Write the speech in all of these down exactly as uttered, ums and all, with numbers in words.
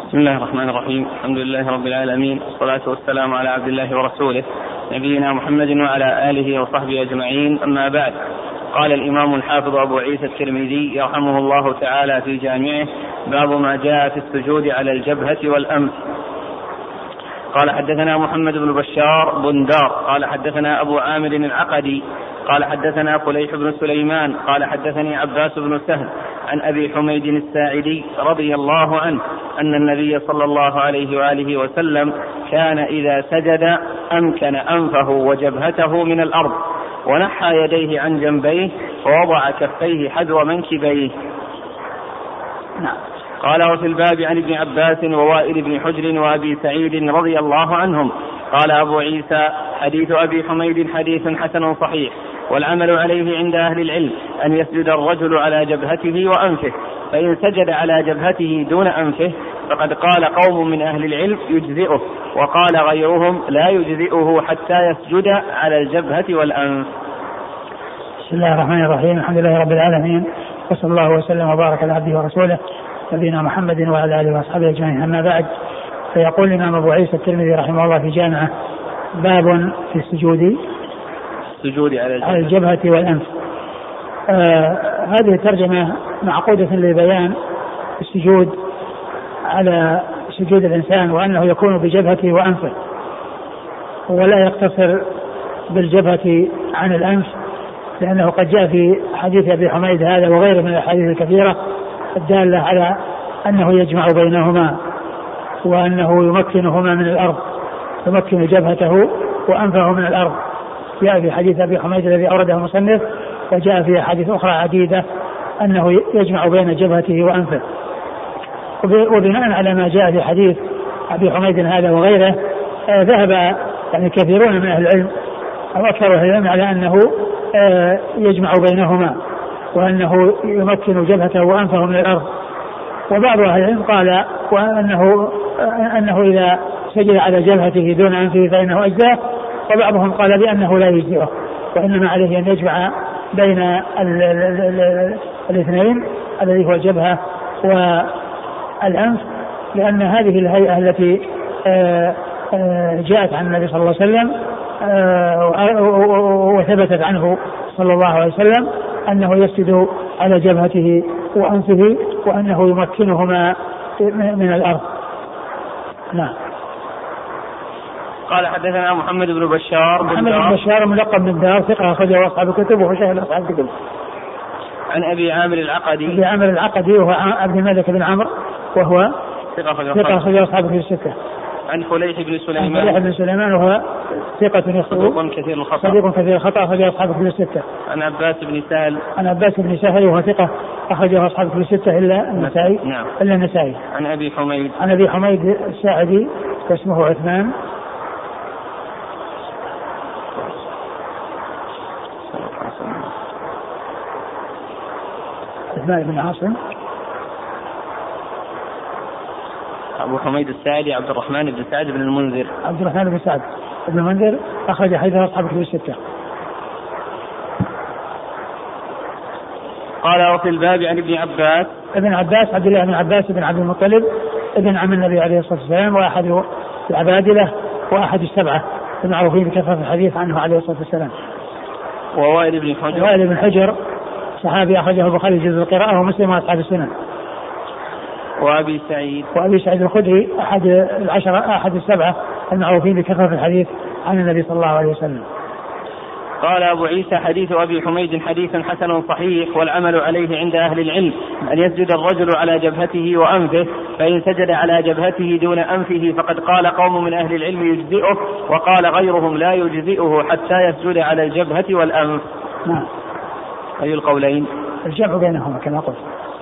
بسم الله الرحمن الرحيم. الحمد لله رب العالمين، والصلاة والسلام على عبد الله ورسوله نبينا محمد وعلى آله وصحبه أجمعين، أما بعد. قال الإمام الحافظ أبو عيسى الترمذي رحمه الله تعالى في جامعه: باب ما جاء في السجود على الجبهة والأنف. قال حدثنا محمد بن بشار بندار قال حدثنا أبو عامر العقدي قال حدثنا فليح بن سليمان قال حدثني عباس بن سهل عن أبي حميد الساعدي رضي الله عنه أن النبي صلى الله عليه وآله وسلم كان إذا سجد أمكن أنفه وجبهته من الأرض، ونحى يديه عن جنبيه ووضع كفيه حذو منكبيه. نعم. قال: وفي الباب عن ابن عباس ووائل بن حجر وأبي سعيد رضي الله عنهم. قال أبو عيسى: حديث أبي حميد حديث حسن صحيح، والعمل عليه عند أهل العلم أن يسجد الرجل على جبهته وأنفه، فإن سجد على جبهته دون أنفه فقد قال قوم من أهل العلم يجزئه، وقال غيرهم لا يجزئه حتى يسجد على الجبهة والأنف. بسم الله الرحمن الرحيم. الحمد لله رب العالمين، وصلى الله وسلم وبارك على عبده ورسوله نبينا محمد وعلى آله وأصحابه أجمعين، أما بعد. فيقول الإمام أبو عيسى الترمذي رحمه الله في جامعه: باب في السجود السجود على الجبهة والأنف. آه هذه الترجمة معقودة لبيان السجود على سجود الإنسان، وأنه يكون بجبهته وأنفه، ولا يقتصر بالجبهة عن الأنف، لأنه قد جاء في حديث أبي حميد هذا وغيره من الأحاديث الكثيرة الدالة على أنه يجمع بينهما، وأنه يمكنهما من الأرض، يمكن جبهته وأنفه من الأرض. جاء في حديث أبي حميد الذي أورده المصنف، وجاء في حديث أخرى عديدة أنه يجمع بين جبهته وأنفه. وبناء على ما جاء في حديث أبي حميد هذا وغيره، آه ذهب يعني كثيرون من أهل العلم أو أكثر أهل العلم على أنه آه يجمع بينهما، وأنه يمكن جبهته وأنفه من الأرض. وبعض أهل العلم قال وأنه أنه إذا سجد على جبهته دون أنفه فإنه أجزاء، وبعضهم قال بأنه لا يجزئه، وإنما عليه أن يجمع بين الاثنين الذي هو الجبهة والأنف، لأن هذه الهيئة التي جاءت عن النبي صلى الله عليه وسلم وثبتت عنه صلى الله عليه وسلم أنه يسجد على جبهته وأنفه، وأنه يمكنهما من الأرض. نعم. قال حدثنا محمد بن بشار محمد بن بشار ملقب بن دار، ثقة أخرجه أصحاب الكتب وهو شيخ أصحاب الكتب. عن أبي عامر العقدي أبي عامر العقدي وهو عبد الملك بن عمرو، وهو ثقة أخرجه أصحاب الكتب الستة. عن فليح بن سليمان فليح بن سليمان وهو ثقة صدوق كثير الخطأ صديق كثير الخطأ أخرجه أصحاب الكتب الستة. عن عباس بن سهل عن عباس بن سهل وهو ثقة أخرجه أصحاب الكتب الستة إلا النسائي. نعم. إلا النسائي. عن أبي حميد عن أبي حميد الساعدي اسمه عثمان عثمان بن عاصم. أبو حميد الساعدي عبد الرحمن بن سعد بن المنذر عبد الرحمن بن سعد بن المنذر أخرج حديث أصحاب الكتب الستة. قال: وفي الباب عن ابن عباس ابن عباس عبد الله بن عباس بن عبد المطلب ابن عم النبي عليه الصلاة والسلام، وأحد العبادلة وأحد السبعة المعروفين بكثرة الحديث عنه عليه الصلاة والسلام. ووائل بن حجر ووائل بن حجر صحابي أخرجه البخاري جزء القراءة ومسلم وأصحاب السنن. وأبي سعيد وأبي سعيد الخدري أحد العشرة أحد السبعة المعروفين بكثرة الحديث عن النبي صلى الله عليه وسلم. قال أبو عيسى: حديث أبي حميد حديث حسن صحيح، والعمل عليه عند أهل العلم أن يسجد الرجل على جبهته وأنفه، فإن سجد على جبهته دون أنفه فقد قال قوم من أهل العلم يجزئه، وقال غيرهم لا يجزئه حتى يسجد على الجبهة والأنف. نعم. أي القولين؟ الجمع بينهما كما قلت.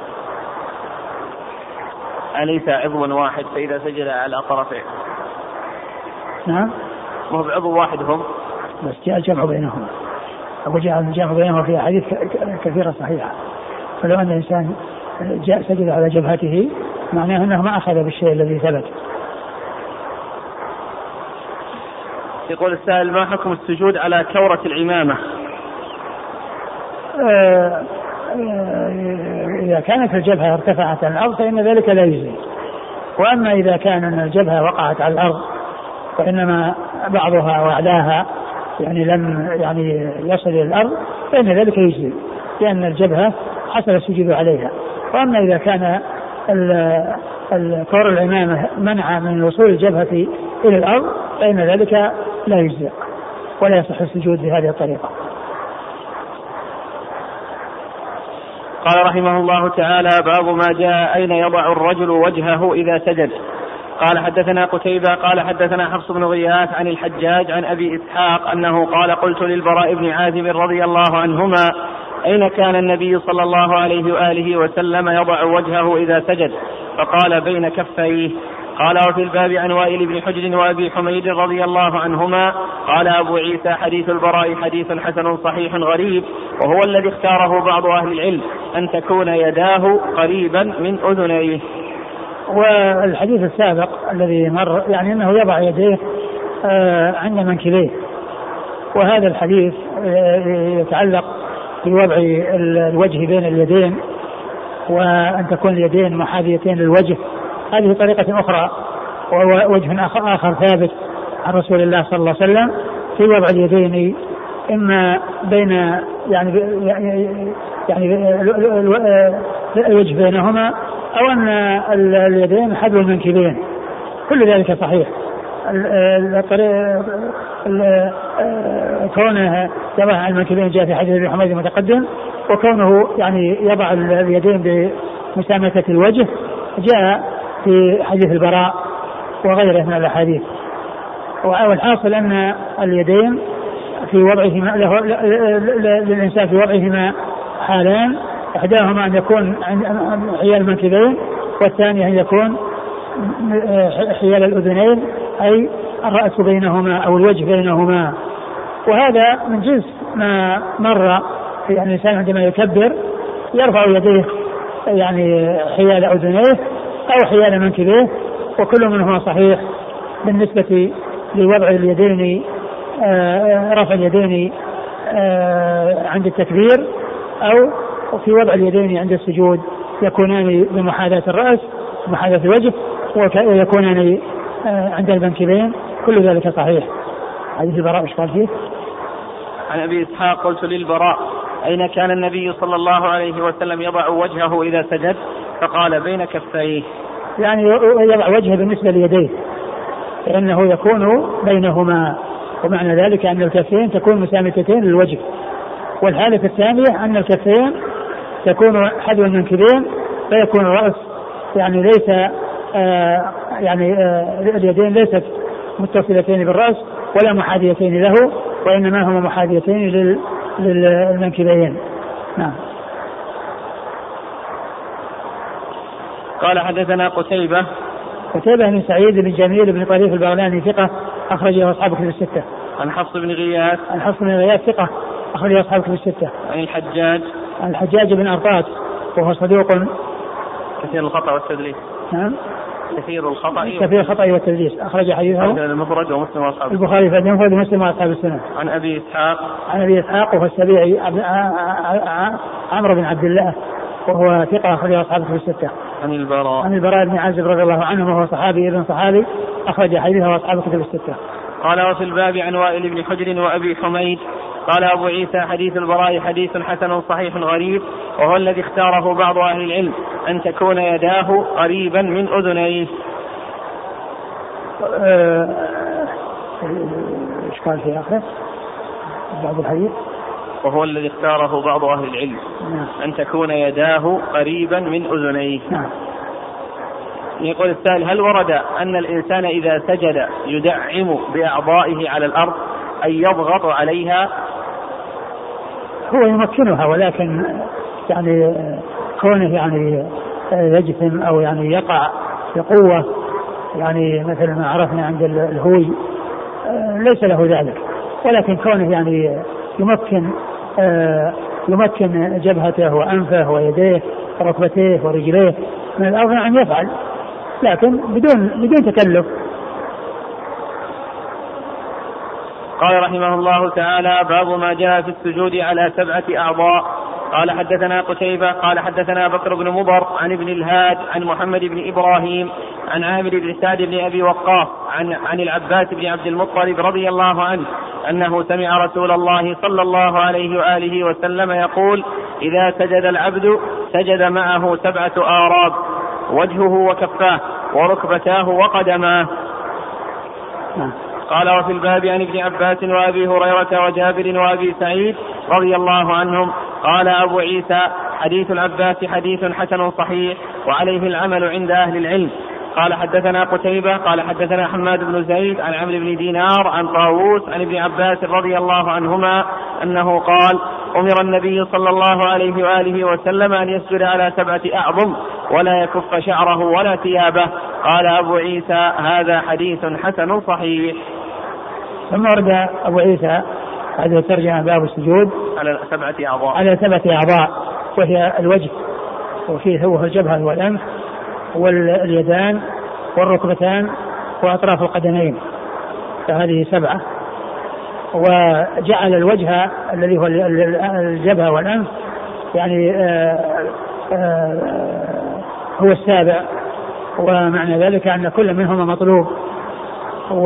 أليس عضو واحد فإذا سجد على طرفه؟ نعم. مو بعضو واحد هم، بس جاء الجمع بينهما. أقول جاء الجمع بينهما في أحاديث كثيرة صحيحة، فلو أن الإنسان جاء سجد على جبهته معناه أنه ما أخذ بالشيء الذي ثبت. يقول السائل: ما حكم السجود على كورة العمامة؟ إذا كانت الجبهة ارتفعت عن الأرض فإن ذلك لا يجزي، وأما إذا كان أن الجبهة وقعت على الأرض وإنما بعضها وأعلاها يعني لم يعني يصل إلى الأرض فإن ذلك يجزي، لأن الجبهة حصل السجود عليها. وأما إذا كان الكور العمامة منع من وصول الجبهة إلى الأرض فإن ذلك لا يجزي ولا يصح السجود بهذه الطريقة. قال رحمه الله تعالى: باب ما جاء أين يضع الرجل وجهه إذا سجد. قال حدثنا قتيبة قال حدثنا حفص بن غياث عن الحجاج عن أبي إسحاق أنه قال: قلت للبراء بن عازب رضي الله عنهما: أين كان النبي صلى الله عليه وآله وسلم يضع وجهه إذا سجد؟ فقال: بين كفيه. قال: وفي الباب عن وائل بن حجر وأبي حميد رضي الله عنهما. قال أبو عيسى: حديث البراء حديث حسن صحيح غريب، وهو الذي اختاره بعض أهل العلم أن تكون يداه قريبا من أذنيه. والحديث السابق الذي مر يعني أنه يضع يديه عند منكبيه، وهذا الحديث يتعلق بوضع الوجه بين اليدين وأن تكون اليدين محاذيتين للوجه. هذه طريقة أخرى ووجه آخر ثابت عن رسول الله صلى الله عليه وسلم في وضع اليدين إما بين يعني يعني الوجه بينهما أو أن اليدين حذو المنكبين، كل ذلك صحيح. كونه يضع على المنكبين جاء في حديث ابي حميد المتقدم، وكونه يعني يضع اليدين بمسامة الوجه جاء في حديث البراء وغيره من الأحاديث. والحاصل أن اليدين في وضعهما له للإنسان في وضعهما حالان: إحداهما أن يكون حيال المنكبين، والثانية أن يكون حيال الأذنين أي الرأس بينهما أو الوجه بينهما. وهذا من جنس ما مر في يعني الإنسان عندما يكبر يرفع يديه يعني حيال أذنيه أو حيال منكبيه، وكل منهما صحيح بالنسبة لوضع اليدين، رفع اليدين عند التكبير أو في وضع اليدين عند السجود، يكونان بمحاذاة الرأس محاذاة الوجه، ويكونان عند المنكبين، كل ذلك صحيح. حديث البراء ايش قال فيه؟ عن أبي إسحاق: قلت للبراء: أين كان النبي صلى الله عليه وسلم يضع وجهه إذا سجد؟ فقال: بين كفيه. يعني يضع وجهه بالنسبة ليديه فإنه يكون بينهما، ومعنى ذلك أن الكفين تكون مسامتين للوجه. والحالة الثانية أن الكفين تكون حذو المنكبين فيكون الرأس يعني ليس آه يعني آه اليدين ليست متصلتين بالرأس ولا محاذيتين له، وإنما هما محاذيتين للمنكبين. نعم. قال حدثنا قتيبة قتيبة بن سعيد بن جميل بن طريف البغلاني ثقة أخرجه أصحاب كتب الستة. عن حفص بن غياث عن حفص بن غياث ثقة أخرجه أصحاب كتب الستة. عن الحجاج عن الحجاج بن أرطاس وهو صدوق كثير الخطأ والتدليس. نعم. كثير الخطأ كثير الخطأ والتدليس. أخرج حديثه المفرد ومسلم وأصحاب البخاري في المفرد ومسلم وأصحاب السنة. عن أبي إسحاق عن أبي إسحاق وهو السبيعي عمرو بن عبد الله وهو ثقة أخرج أصحاب كتب الستة. عن البراء عن البراء بن عازب رضي الله عنه وهو صحابي ابن صحابي أخرج حديثه أصحاب كتب الستة. قال: وفي الباب عن وائل بن حجر وأبي حميد. قال أبو عيسى: حديث البراء حديث حسن صحيح غريب، وهو الذي اختاره بعض أهل العلم أن تكون يداه قريبا من أذنيه. ايش قال في آخره بعض الحديث؟ وهو الذي اختاره بعض أهل العلم أن تكون يداه قريبا من أذنيه. نعم. يقول السائل: هل ورد أن الإنسان إذا سجد يدعم بأعضائه على الأرض أي يضغط عليها؟ هو يمكنها، ولكن يعني كونه يعني يجثم أو يعني يقع بقوة يعني مثل ما عرفنا عند الهوي ليس له ذلك، ولكن كونه يعني يمكن يمكن جبهته وأنفه ويديه وركبتيه ورجليه من الأرض أن يفعل، لكن بدون بدون تكلف. قال رحمه الله تعالى: باب ما جاء في السجود على سبعة أعضاء. قال حدثنا قتيبة قال حدثنا بكر بن مضر عن ابن الهاد عن محمد بن إبراهيم عن عامر بن سعد بن أبي وقاص عن, عن العباس بن عبد المطلب رضي الله عنه أنه سمع رسول الله صلى الله عليه وآله وسلم يقول: إذا سجد العبد سجد معه سبعة آراب، وجهه وكفاه وركبتاه وقدماه. قال: وفي الباب عن ابن عباس وأبي هريرة وجابر وأبي سعيد رضي الله عنهم. قال أبو عيسى: حديث العباس حديث حسن صحيح وعليه العمل عند أهل العلم. قال حدثنا قتيبة قال حدثنا حماد بن زيد عن عمرو بن دينار عن طاووس عن ابن عباس رضي الله عنهما أنه قال: أمر النبي صلى الله عليه وآله وسلم أن يسجد على سبعة أعظم ولا يكف شعره ولا ثيابه. قال أبو عيسى: هذا حديث حسن صحيح. ثم ورد أبو عيسى هذه الترجمة باب السجود على سبعة أعضاء على سبعة أعضاء، وهي الوجه وفيه هو الجبهة والأنف واليدان والركبتان وأطراف القدمين، فهذه سبعة. وجعل الوجه الذي هو الجبهة والأنف يعني آآ آآ هو السابع، ومعنى ذلك أن كل منهما مطلوب. و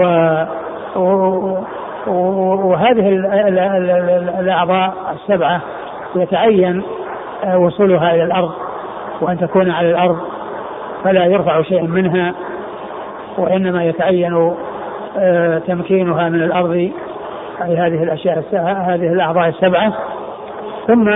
وهذه الأعضاء السبعة يتعين وصولها إلى الأرض وأن تكون على الأرض فلا يرفع شيء منها، وإنما يتعين تمكينها من الأرض، أي هذه الأشياء هذه الأعضاء السبعة. ثم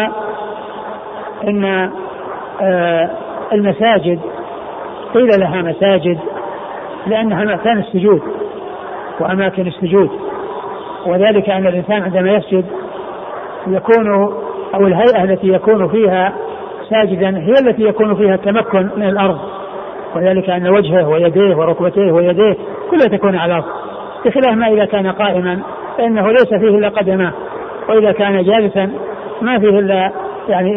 إن المساجد قيل لها مساجد لأنها مكان السجود وأماكن السجود، وذلك أن الإنسان عندما يسجد يكون أو الهيئة التي يكون فيها ساجدا هي التي يكون فيها التمكن من الأرض، وذلك أن وجهه ويديه وركبتيه ويديه كلها تكون على الأرض، بخلاف ما إذا كان قائما فإنه ليس فيه إلا قدمه، وإذا كان جالسا ما فيه إلا يعني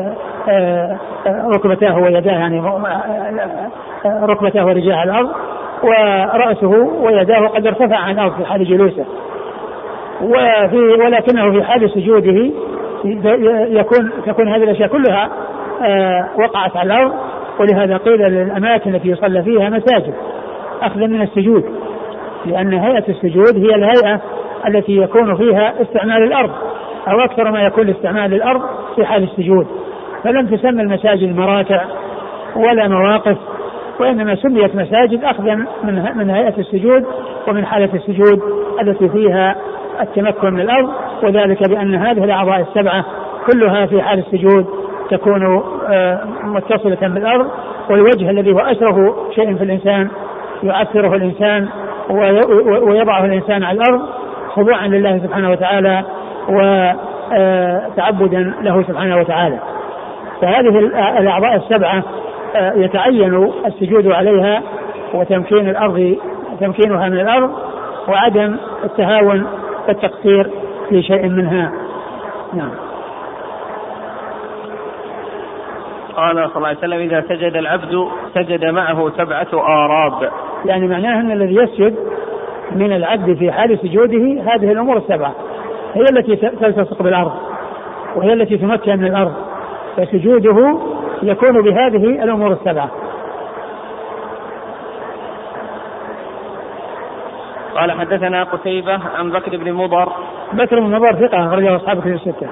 ركبتاه ويداه، يعني ركبتاه ورجاه على الأرض ورأسه ويداه قد ارتفع عن الأرض في حال جلوسه، وفي ولكنه في حال سجوده يكون تكون هذه الأشياء كلها وقعت على الأرض. ولهذا قيل للأماكن التي يصلى فيها مساجد أخذا من السجود، لأن هيئة السجود هي الهيئة التي يكون فيها استعمال الأرض أو أكثر ما يكون استعمال الأرض في حال السجود، فلم تسمى المساجد مراكع ولا مواقف، وإنما سميت مساجد أخذا من من هيئة السجود ومن حالة السجود التي فيها التمكن من الأرض، وذلك بأن هذه الأعضاء السبعة كلها في حال السجود تكون متصلة بالأرض، والوجه الذي هو أشرف شيء في الإنسان يؤثره الإنسان ويضعه الإنسان على الأرض خضوعا لله سبحانه وتعالى وتعبدا له سبحانه وتعالى. فهذه الأعضاء السبعة يتعين السجود عليها وتمكين الأرض تمكينها من الأرض وعدم التهاون والتقصير في شيء منها. نعم. قال صلى الله عليه وسلم: إذا سجد العبد سجد معه سبعة آراب، يعني معناه أن الذي يسجد من العبد في حال سجوده هذه الأمور السبعة هي التي تلتصق بالأرض وهي التي تمكن من الأرض، فسجوده يكون بهذه الأمور السبعة. قال حدثنا قتيبة عن بكر بن مضر. بكر بن مضر ثقة أخرجه أصحاب الكتب الستة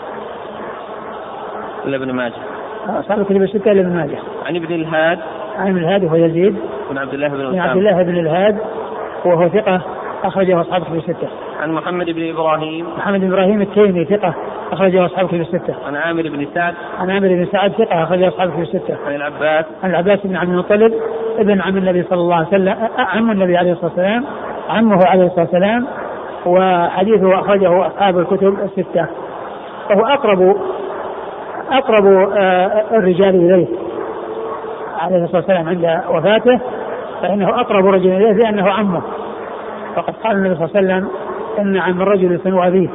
إلا ابن ماجه. أصحاب الكتب الستة إلا ابن ماجه. عن ابن الهاد. عن ابن الهاد وهو يزيد بن عبد الله بن بن عبد الله بن الهاد وهو ثقة أخرجه أصحاب الكتب الستة. عن محمد بن إبراهيم. محمد بن إبراهيم التيمي ثقة أخرجه أصحاب الكتب الستة. عن عامر بن سعد. عن عامر بن سعد ثقة أخرجه أصحاب الكتب الستة. عن العباس. عن العباس بن عبد المطلب ابن عم النبي صلى الله عليه وسلم، عم النبي عليه الصلاة والسلام، عمه عليه الصلاة والسلام، وحديثه أخرجه أصحاب الكتب الستة، وهو أقرب أقرب الرجال إليه عليه الصلاة والسلام عند وفاته، فإنه أقرب رجل إليه لأنه عمه، فقد قال النبي صلى الله عليه وسلم: إن عم الرجل ثنو أبيه.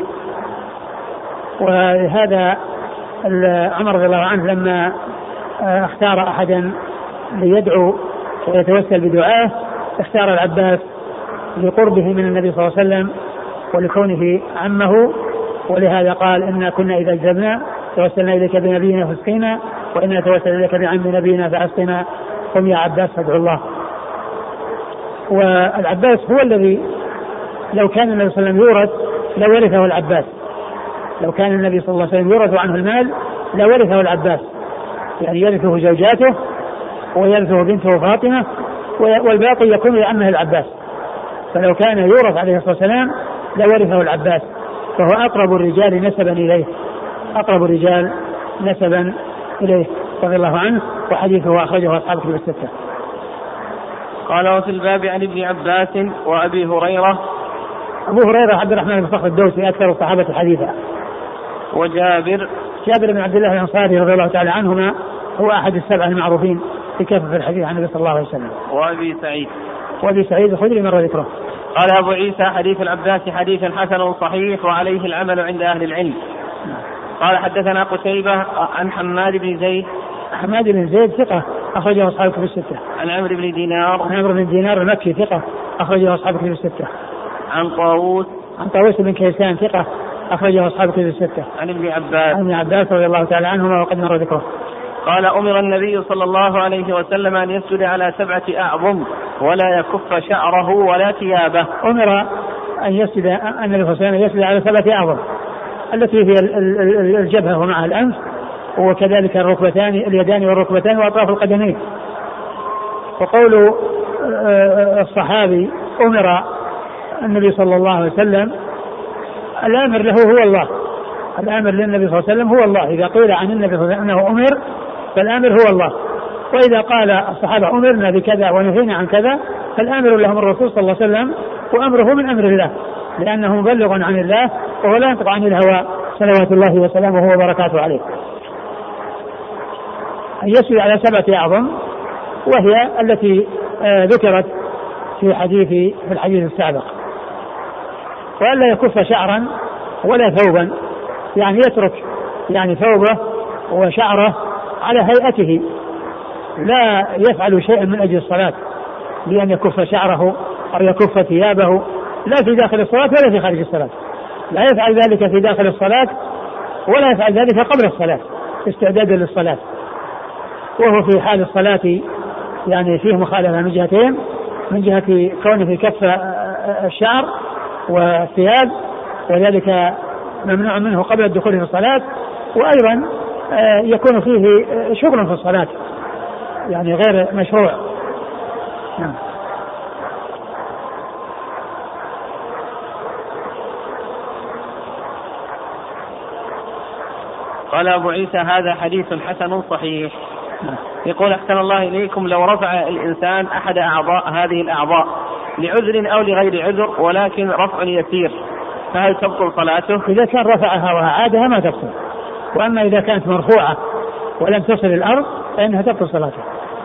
وهذا عمر رضي الله عنه لما اختار أحدا ليدعو ويتوسل بدعاه اختار العباس لقربه من النبي صلى الله عليه وسلم ولكونه عمه، ولهذا قال: إنا كنا إذا اجتمعنا توسلنا إليك بنبينا فاسقنا وإنا توسلنا إليك بعم نبينا فأسقنا قم يا عباس فادعوا الله. والعباس هو الذي لو كان النبي صلى الله عليه وسلم يورث لورثه العباس، لو كان النبي صلى الله عليه وسلم يورث عنه المال لورثه العباس، يعني يرثه زوجاته ويرثه بنته فاطمة والباقي يكون لعمه العباس. فلو كان يورث عليه الصلاة والسلام لورثه العباس، فهو أقرب الرجال نسبا إليه، أقرب الرجال نسبا إليه رضي الله عنه. وحديثه أخرجه أصحاب الكتب الستة. قال وفي الباب عن ابن عباس وأبي هريرة. أبو هريرة عبد الرحمن بن صخر الدوسي أكثر الصحابة حديثا. وجابر جابر بن عبد الله الأنصاري رضي الله تعالى عنهما هو أحد السبعة المعروفين في كافة الحديث عن النبي صلى الله عليه وسلم. وأبي سعيد وأبي سعيد الخدري مر ذكره. قال أبو عيسى حديث العباس حديث حسن صحيح وعليه العمل عند أهل العلم. قال حدثنا قتيبة عن حماد بن زيد. حماد بن زيد ثقة أخرجه أصحاب الكتب الستة. عن عمرو بن دينار. عن عمرو بن دينار المكي ثقة أخرجه أصحاب الكتب الستة. عن طاووس. عن طاووس بن كيسان ثقة أخرجه أصحاب الكتب الستة. عن ابن عباس. عن ابن عباس رضي الله تعالى عنهما وقد مر ذكره. قال أمر النبي صلى الله عليه وسلم أن يسجد على سبعة أعظم ولا يكف شعره ولا ثيابه. أمر أن يسجد النبي صلى الله عليه وسلم يسجد على سبعة أعظم التي هي الجبهة ومعها الأنف، وكذلك الركبتان اليدان والركبتان وأطراف القدمين. وقول الصحابي أمر النبي صلى الله عليه وسلم، الآمر له هو الله، الآمر للنبي صلى الله عليه وسلم هو الله. إذا قيل عن النبي صلى الله عليه وسلم أنه أمر فالآمر هو الله، وإذا قال الصحابة أمرنا بكذا ونهينا عن كذا فالآمر لهم الرسول صلى الله عليه وسلم، وأمره من أمر الله لأنه مبلغ عن الله وهو لا ينطق عن الهوى صلوات الله وسلامه وبركاته عليه. يسجد على سبعة أعظم وهي التي آه ذكرت في حديث في الحديث السابق. وألا يكف شعرا ولا ثوبا، يعني يترك يعني ثوبه وشعره على هيئته، لا يفعل شيئا من أجل الصلاة بأن يكف شعره أو يكف ثيابه، لا في داخل الصلاة ولا في خارج الصلاة. لا يفعل ذلك في داخل الصلاة ولا يفعل ذلك قبل الصلاة استعدادا للصلاة. وهو في حال الصلاة يعني فيه مخالفة من جهتين، من جهة كونه كف الشعر والثياب وذلك ممنوع منه قبل الدخول في الصلاة، وأيضا يكون فيه شغل في الصلاة يعني غير مشروع. نعم. قال أبو عيسى هذا حديث حسن صحيح. يقول أحسن الله إليكم لو رفع الإنسان أحد أعضاء هذه الأعضاء لعذر أو لغير عذر ولكن رفع يسير فهل تبطل صلاته؟ إذا كان رفعها وعادها ما تبطل، وأما إذا كانت مرفوعة ولم تصل الأرض فإنها تبطل صلاته.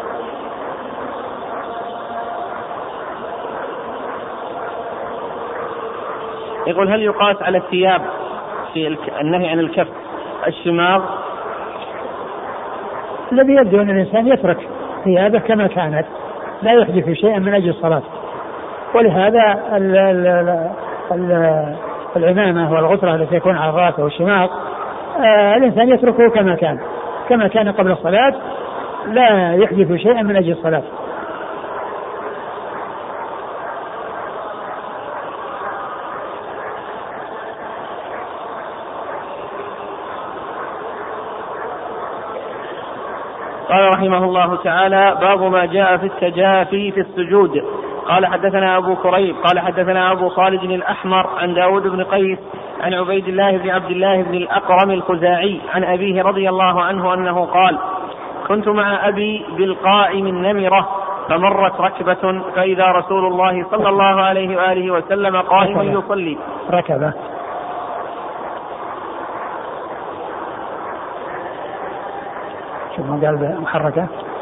يقول هل يقاس على الثياب في النهي عن الكف الشماغ؟ الذي يبدو أن الإنسان يترك ثيابه كما كانت لا يحدث شيئا من أجل الصلاة، ولهذا ال ال ال العمامة والغترة التي يكون على الرأس والشماغ آه الإنسان يتركه كما كان كما كان قبل الصلاة، لا يحدث شيئا من أجل الصلاة. قال رحمه الله تعالى باب ما جاء في التجافي في السجود. قال حدثنا أبو كريب قال حدثنا أبو خالد الأحمر عن داود بن قيس عن عبيد الله بن عبد الله بن الأقرم الخزاعي عن أبيه رضي الله عنه أنه قال كنت مع أبي بالقاع من نمرة فمرت ركبة فإذا رسول الله صلى الله عليه وآله وسلم قائم يصلي. ركبة شوف ما قال محركة.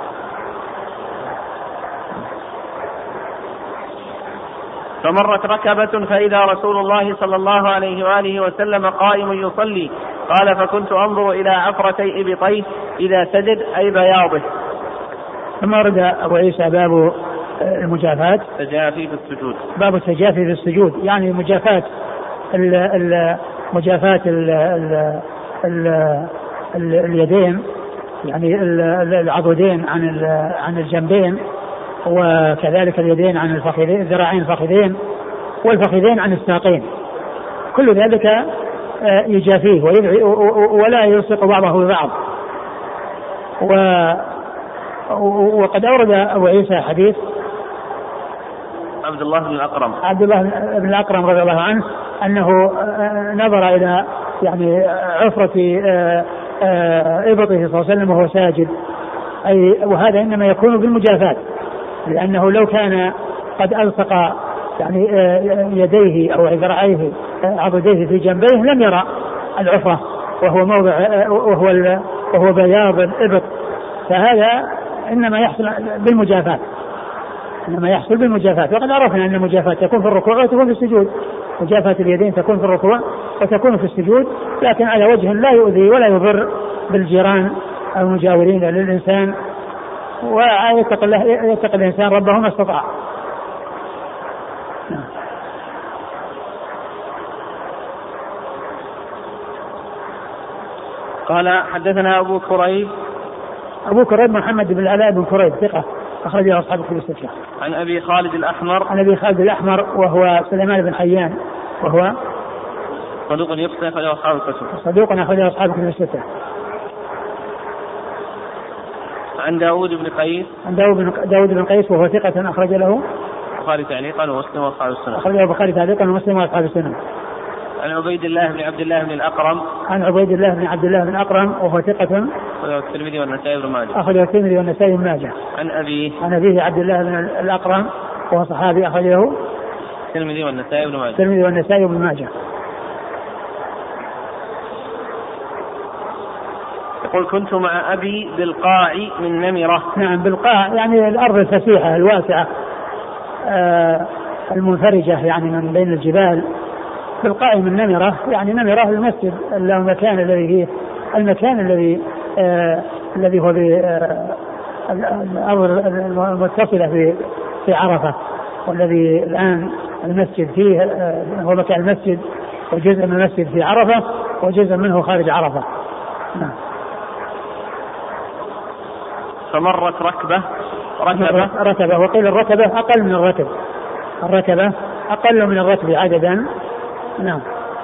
فمرت ركبة فإذا رسول الله صلى الله عليه وآله وسلم قائم يصلي. قال فكنت أنظر إلى عفرتي إبطيه إذا سجد أي بياضه. ثم ورد أبو عيسى باب المجافات تجافي في السجود. باب التجافي في السجود يعني مجافات ال ال مجافات ال ال ال اليدين يعني العضدين عن عن الجنبين، وكذلك اليدين عن الفخذين، الذراعين الفخذين، والفخذين عن الساقين، كل ذلك يجافيه ولا يلصق بعضه ببعض. وقد أورد أبو عيسى حديث عبد الله بن الأقرم عبد الله بن الأقرم رضي الله عنه أنه نظر إلى يعني عفرة إبطه صلى الله عليه وسلم وهو ساجد، أي وهذا إنما يكون بالمجافاة، لأنه لو كان قد ألصق يعني يديه أو ذراعيه عضديه في جنبيه لم يرى العفرة وهو موضع وهو وهو بياض الإبط، فهذا إنما يحصل بالمجافاة إنما يحصل بالمجافاة. وقد عرفنا أن المجافاة تكون في الركوع وتكون في السجود، مجافاة اليدين تكون في الركوع وتكون في السجود، لكن على وجه لا يؤذي ولا يضر بالجيران أو المجاورين للإنسان، ويتقي الإنسان ربه ما استطاع. قال حدثنا أبو كريب أبو كريب محمد بن العلاء بن كريب ثقة أخرجه أصحاب الكتب الستة. عن أبي خالد الأحمر عن أبي خالد الأحمر وهو سليمان بن حيان وهو صدوق يخطئ أخرجه أصحاب الكتب صدوق أخرجه أصحاب الكتب الستة. عن داود بن قيس عن داود بن قيس وهو ثقة أخرج له البخاري تعليقا ومسلم وأصحاب السنة أخرجه البخاري تعليقا ومسلم وأصحاب السنة. عن عبيد الله بن عبد الله بن الأقرم عن عبيد الله بن عبد الله بن الأقرم وهو ثقة أخرجه الترمذي والنسائي بن ماجه أخرجه الترمذي والنسائي بن ماجه. عن أبيه عن أبيه عبد الله بن الأقرم وهو صحابي أخرجه الترمذي والنسائي بن ماجه الترمذي والنسائي بن ماجه. يقول كنت مع أبي بالقاع من نمرة. نعم بالقاع يعني الأرض الفسيحة الواسعة آه المنفرجة يعني من بين الجبال. بالقاع من نمرة يعني نمرة المسجد المكان الذي فيه المكان الذي آه الذي هو آه الأرض المتصلة في في عرفة، والذي الآن المسجد فيه آه هو مكان المسجد، وجزء من المسجد في عرفة وجزء منه خارج عرفة. نعم. فمرت ركبة ركبة ركبة وقيل الركبة أقل من الركب، الركبة أقل من الركب عددا. نعم.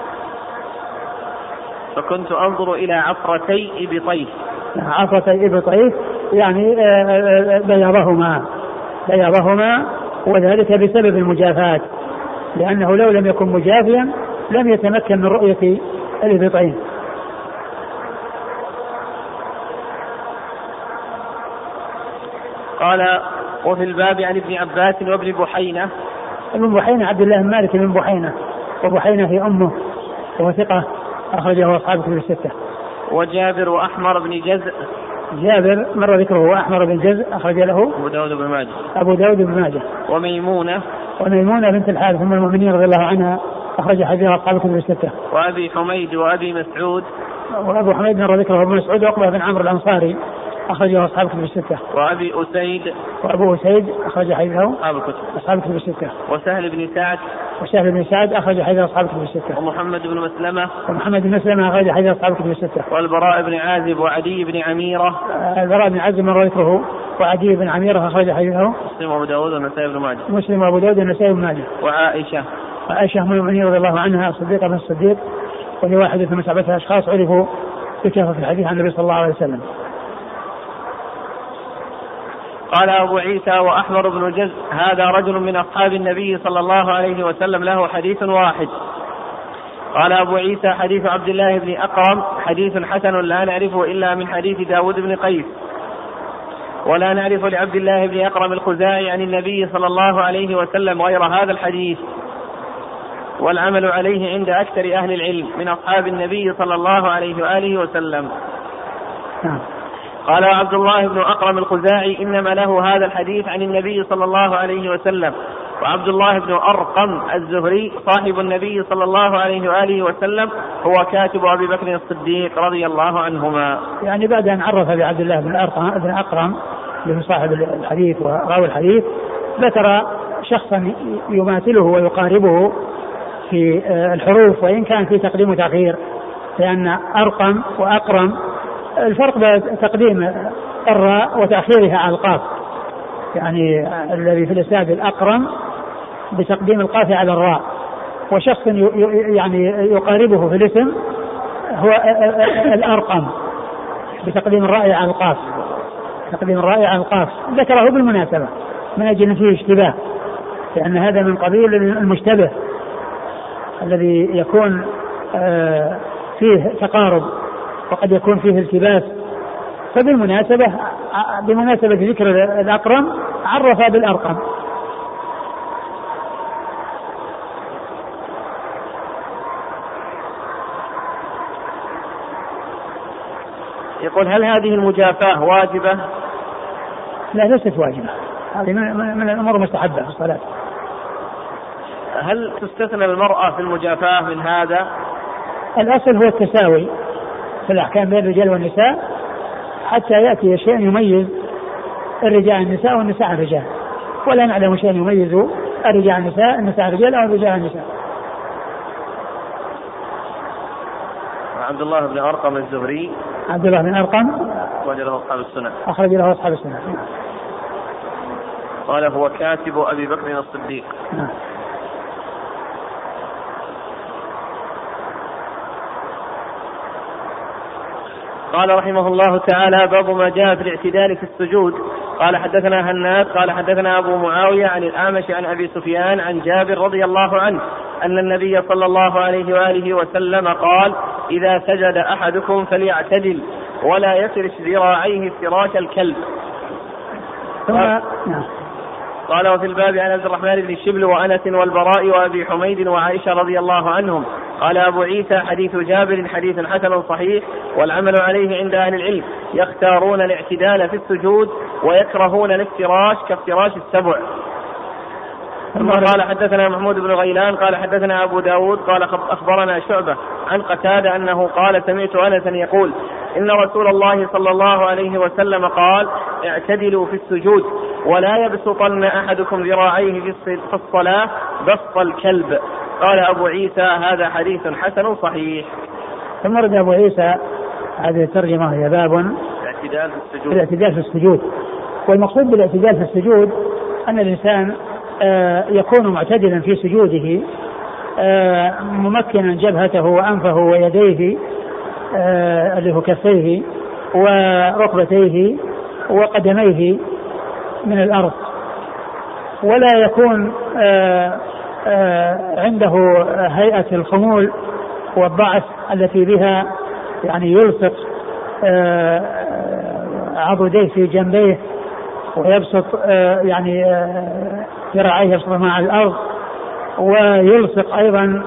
فكنت أنظر إلى عفرتي إبطيه. عفرتي إبطيه يعني بياضهما بياضهما وذلك بسبب المجافاة، لأنه لو لم يكن مجافيا لم يتمكن من رؤية الإبطين. قال وفي الباب عن ابن عباس وابن بحينة. ابن بحينة عبد الله بن مالك بن بحينة، وبحينة هي أمه وهو ثقة أخرجه أصحاب الكتب الستة. وجابر وأحمر بن جزء. جابر مر ذكره وأحمر بن جزء أخرج له أبو داود بن ماجه أبو داود بن ماجه. وميمونة وميمونة بنت الحارث أم المؤمنين رضي الله عنها أخرج حديثها أصحاب الكتب الستة. وأبي حميد وأبي مسعود. وأبو حميد مر ذكره ابن مسعود وعقبة بن عمرو الأنصاري أخرجه أصحاب الكتب الستة. وأبي أسيد. وأبو أسيد أخرج حديثه أصحاب الكتب أصحاب الكتب الستة. وسهل بن سعد. وسهل بن سعد أخرج حديث أصحاب الكتب الستة. ومحمد بن مسلمة. ومحمد بن مسلمة أخرج حديث أصحاب الكتب الستة. والبراء بن عازب وعدي بن عميرة. البراء بن عازب مر ذكره وعدي بن عميرة أخرج حديثه مسلم وأبو داود والنسائي بن ماجه. مسلم وأبو داود والنسائي بن ماجه. وعائشة. وعائشة أم المؤمنين رضي الله عنها الصديقة بن الصديق، وهي واحدة من سبعة أشخاص عرفوا بكثرة الحديث عن النبي صلى الله عليه وسلم. قال أبو عيسى وأحمر بن جزء هذا رجل من أصحاب النبي صلى الله عليه وسلم له حديث واحد. قال أبو عيسى حديث عبد الله بن أقرم حديث حسن لا نعرفه إلا من حديث داود بن قيس، ولا نعرف لعبد الله بن أقرم الخزاعي عن النبي صلى الله عليه وسلم غير هذا الحديث، والعمل عليه عند أكثر أهل العلم من أصحاب النبي صلى الله عليه وآله وسلم. قال عبد الله بن أقرم الخزاعي إنما له هذا الحديث عن النبي صلى الله عليه وسلم. وعبد الله بن أرقم الزهري صاحب النبي صلى الله عليه وآله وسلم هو كاتب أبي بكر الصديق رضي الله عنهما. يعني بعد أن عرف بعبد الله بن أرقم بن أقرم له صاحب الحديث وراوي الحديث، ذكر شخصا يماثله ويقاربه في الحروف، وإن كان في تقديم وتأخير، لأن أرقم وأقرم الفرق بين تقديم الراء وتأخيرها على القاف، يعني الذي في الإسناد الأقرم بتقديم القاف على الراء، وشخص يعني يقاربه في الاسم هو الأرقم بتقديم الراء على القاف، تقديم الراء على القاف ذكره بالمناسبة من أجل أن فيه اشتباه، لأن هذا من قبيل المشتبه الذي يكون فيه تقارب وقد يكون فيه التباس. فبالمناسبة بمناسبة ذكر الأقرم عرف بالأرقم. يقول هل هذه المجافاة واجبة؟ لا ليست واجبة، هذه من الأمور المستحبة في الصلاة. هل تستثنى المرأة في المجافاة من هذا؟ الأصل هو التساوي في الأحكام بين الرجال والنساء حتى يأتي شيء يميز الرجال عن النساء والنساء عن الرجال، ولا نعلم شيء يميز الرجال عن النساء النساء عن الرجال أو الرجال عن النساء. عبد الله بن أرقم الزهري عبد الله بن أرقم أخرج له أصحاب السنة أخرج له أصحاب السنة قال هو كاتب أبي بكر الصديق. نعم. قال رحمه الله تعالى باب ما جاء في الاعتدال في السجود. قال حدثنا هناد قال حدثنا أبو معاوية عن الأعمش عن أبي سفيان عن جابر رضي الله عنه أن النبي صلى الله عليه وآله وسلم قال إذا سجد أحدكم فليعتدل ولا يفرش ذراعيه افتراش الكلب. قال, قال وفي الباب عن عبد الرحمن بن الشبل وأنس والبراء وأبي حميد وعائشة رضي الله عنهم. قال أبو عيسى حديث جابر حديث حسن صحيح والعمل عليه عند أهل العلم، يختارون الاعتدال في السجود ويكرهون الافتراش كافتراش السبع. ثم قال حدثنا محمود بن غيلان قال حدثنا أبو داود قال أخبرنا شعبة عن قتادة أنه قال سمعت أنسا يقول إن رسول الله صلى الله عليه وسلم قال اعتدلوا في السجود ولا يبسطن أحدكم ذراعيه في الصلاة بسط الكلب. قال أبو عيسى هذا حديث حسن صحيح. ثم رد أبو عيسى هذه الترجمة هي باب الاعتدال في السجود. الاعتدال في السجود، والمقصود بالاعتدال في السجود أن الإنسان يكون معتدلا في سجوده ممكنا جبهته وأنفه ويديه اللي هو كفيه وركبتيه وقدميه من الأرض، ولا يكون عنده هيئة الخمول والضعف التي بها يعني يلصق عضديه في جنبيه ويبسط يعني ذراعيه يبسطهما على الأرض ويلصق أيضا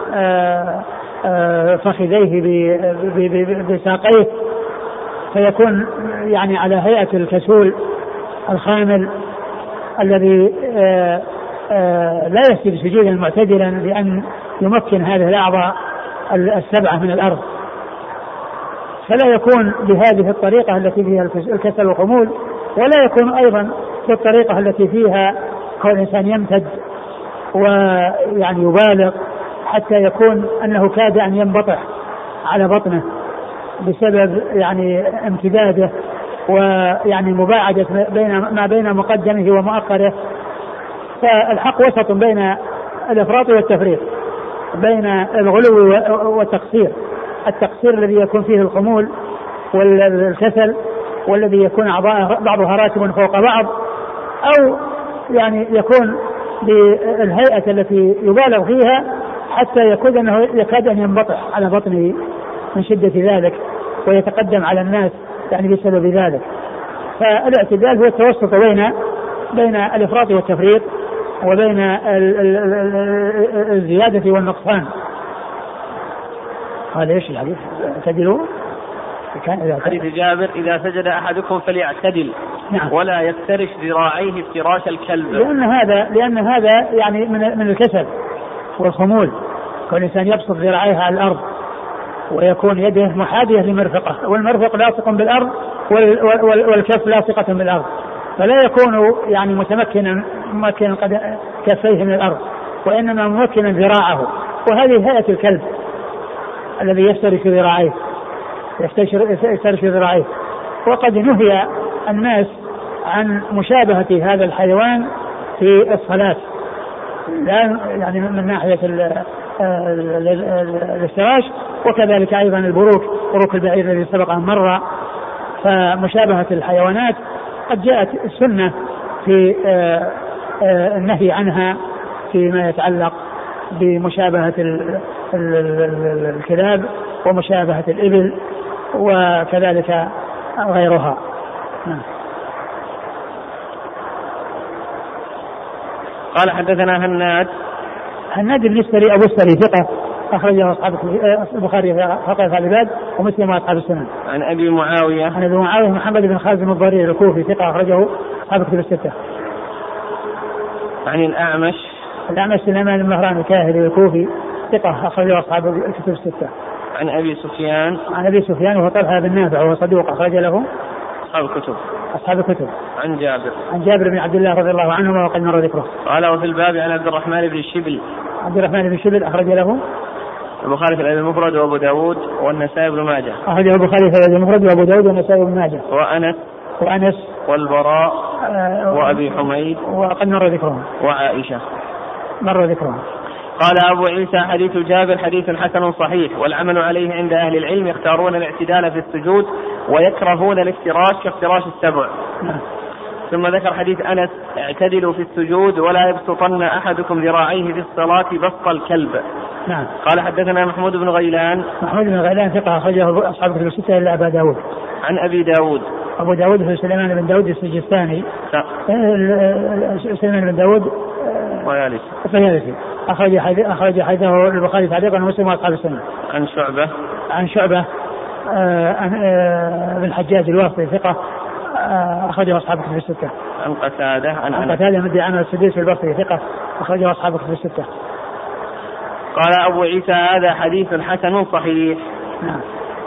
فخذيه بساقيه، فيكون يعني على هيئة الكسول الخامل الذي لا يسجد سجودا معتدلا بأن يمكن هذه الأعضاء السبعة من الأرض، فلا يكون بهذه الطريقة التي فيها الكسل والخمول، ولا يكون أيضا بالطريقة التي فيها كون الإنسان يمتد ويعني يبالغ حتى يكون أنه كاد أن ينبطح على بطنه بسبب يعني امتداده ويعني مباعدة بين ما بين مقدمه ومؤخره. فالحق وسط بين الإفراط والتفريط، بين الغلو والتقصير، التقصير الذي يكون فيه الخمول والكسل والذي يكون أعضاء بعضها راتب فوق بعض، أو يعني يكون بالهيئة التي يبالغ فيها حتى يكون أنه يكاد أن ينبطح على بطنه من شدة ذلك ويتقدم على الناس يعني بسبب ذلك. فالاعتدال هو التوسط بين بين الإفراط والتفريط وبين الزيادة والنقصان. هذا ايش الحديث؟ اعتدلوا حديث جابر إذا سجد أحدكم فليعتدل. نعم. ولا يفترش ذراعيه افتراش الكلب، لأن هذا لأن هذا يعني من من الكسل والخمول، كل إنسان يبسط ذراعيه على الأرض ويكون يده محاذية لمرفقه، والمرفق لاصق بالأرض والكف لاصقة بالأرض، فلا يكون يعني متمكنا ممكنا قد كفيه من الأرض، وإنما ممكنا ذراعه، وهذه هيئة الكلب الذي يفترش ذراعيه. يسترشد ذراعيه. وقد نهي الناس عن مشابهة هذا الحيوان في الصلاة، لا يعني من ناحية الافتراش، وكذلك أيضا البروك، بروك البعير الذي سبق أن مر. فمشابهة الحيوانات قد جاءت السنة في النهي عنها فيما يتعلق بمشابهة الكلاب ومشابهة الإبل وكذلك غيرها. قال حدثنا هناد هناد بن السري أبو السري ثقة أخرجه أصحاب البخاري في خلق العباد ومسلم وأصحاب السنن. عن أبي معاوية عن أبي معاوية محمد بن خازم الضرير الكوفي ثقة أخرجه أصحاب الكتب الستة. عن الأعمش الأعمش سليمان بن مهران الكاهلي الكوفي ثقة أخرجه أصحاب الكتب الستة. عن أبي سفيان عن أبي سفيان وهو طلحة بن نافع وهو صدوق أخرج له أصحاب الكتب أصحاب الكتب. عن جابر عن جابر بن عبد الله رضي الله عنهما وقد مر ذكره. قال وفي الباب عن عبد الرحمن بن الشبل عبد الرحمن بن الشبل أخرج له البخاري في الأدب المفرد وأبو داود والنسائي بن ماجه. أخرجه البخاري في الأدب المفرد وأبو داود والنسائي بن ماجه. وأنس وأنس والبراء آه وأبي حميد وقد مر ذكرهم. وعائشة مر ذكرهم. قال أبو عيسى حديث جابر حديث حسن صحيح والعمل عليه عند أهل العلم، يختارون الاعتدال في السجود ويكرهون الافتراش كافتراش السبع. نعم. ثم ذكر حديث أنس اعتدلوا في السجود ولا يبسطن أحدكم ذراعيه في الصلاة بسط الكلب. نعم. قال حدثنا محمود بن غيلان محمود بن غيلان ثقة أخرجه أصحاب الكتب الستة إلا أبا داود. عن أبي داود أبو داود هو سليمان بن داود السجستاني. سليمان بن داود ويالسي أخرج حديث أخرج حديثه البخاري تعليقا ومسلم وأصحاب السنة. عن شعبة عن شعبة بن الحجاج الواسطي ثقة أخرجه أصحاب الكتب الستة. عن قتادة عن قتادة مدي عن السديس البصري ثقة أخرجه أصحاب الكتب الستة. قال أبو عيسى هذا حديث حسن صحيح. نعم.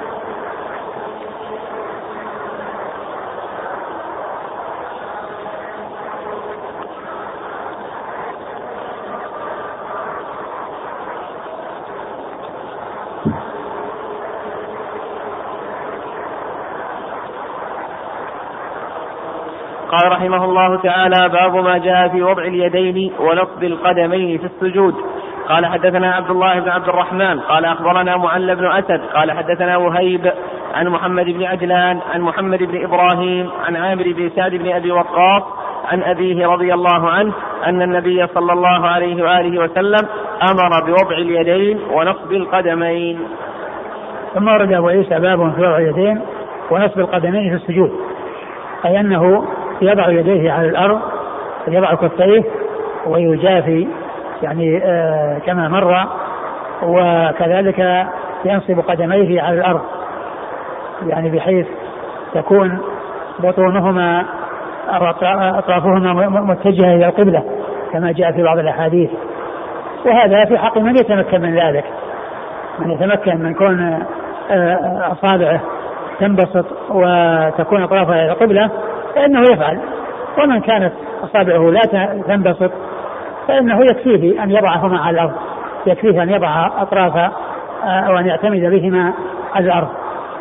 قال رحمه الله تعالى باب ما جاء في وضع اليدين ونصب القدمين في السجود. قال حدثنا عبد الله بن عبد الرحمن قال أخبرنا معل بن أسد قال حدثنا وهيب عن محمد بن عجلان عن محمد بن إبراهيم عن عامر بن سعد بن أبي وقاص عن أبيه رضي الله عنه أن النبي صلى الله عليه وآله وسلم أمر بوضع اليدين ونصب القدمين. ثم ورد أبو عيسى باب في وضع اليدين ونصب القدمين في السجود، أي أنه يضع يديه على الأرض يضع كفيه ويجافي يعني آه كما مر، وكذلك ينصب قدميه على الأرض يعني بحيث تكون بطونهما أطرافهما متجهة إلى القبلة كما جاء في بعض الأحاديث. وهذا في حق من يتمكن من ذلك، من يتمكن من كون أصابعه تنبسط وتكون أطرافها إلى القبلة فإنه يفعل، ومن كانت أصابعه لا تنبسط فإنه يكفيه أن يضعهما على الأرض، يكفيه أن يضع أطراف أو أن يعتمد بهما على الأرض،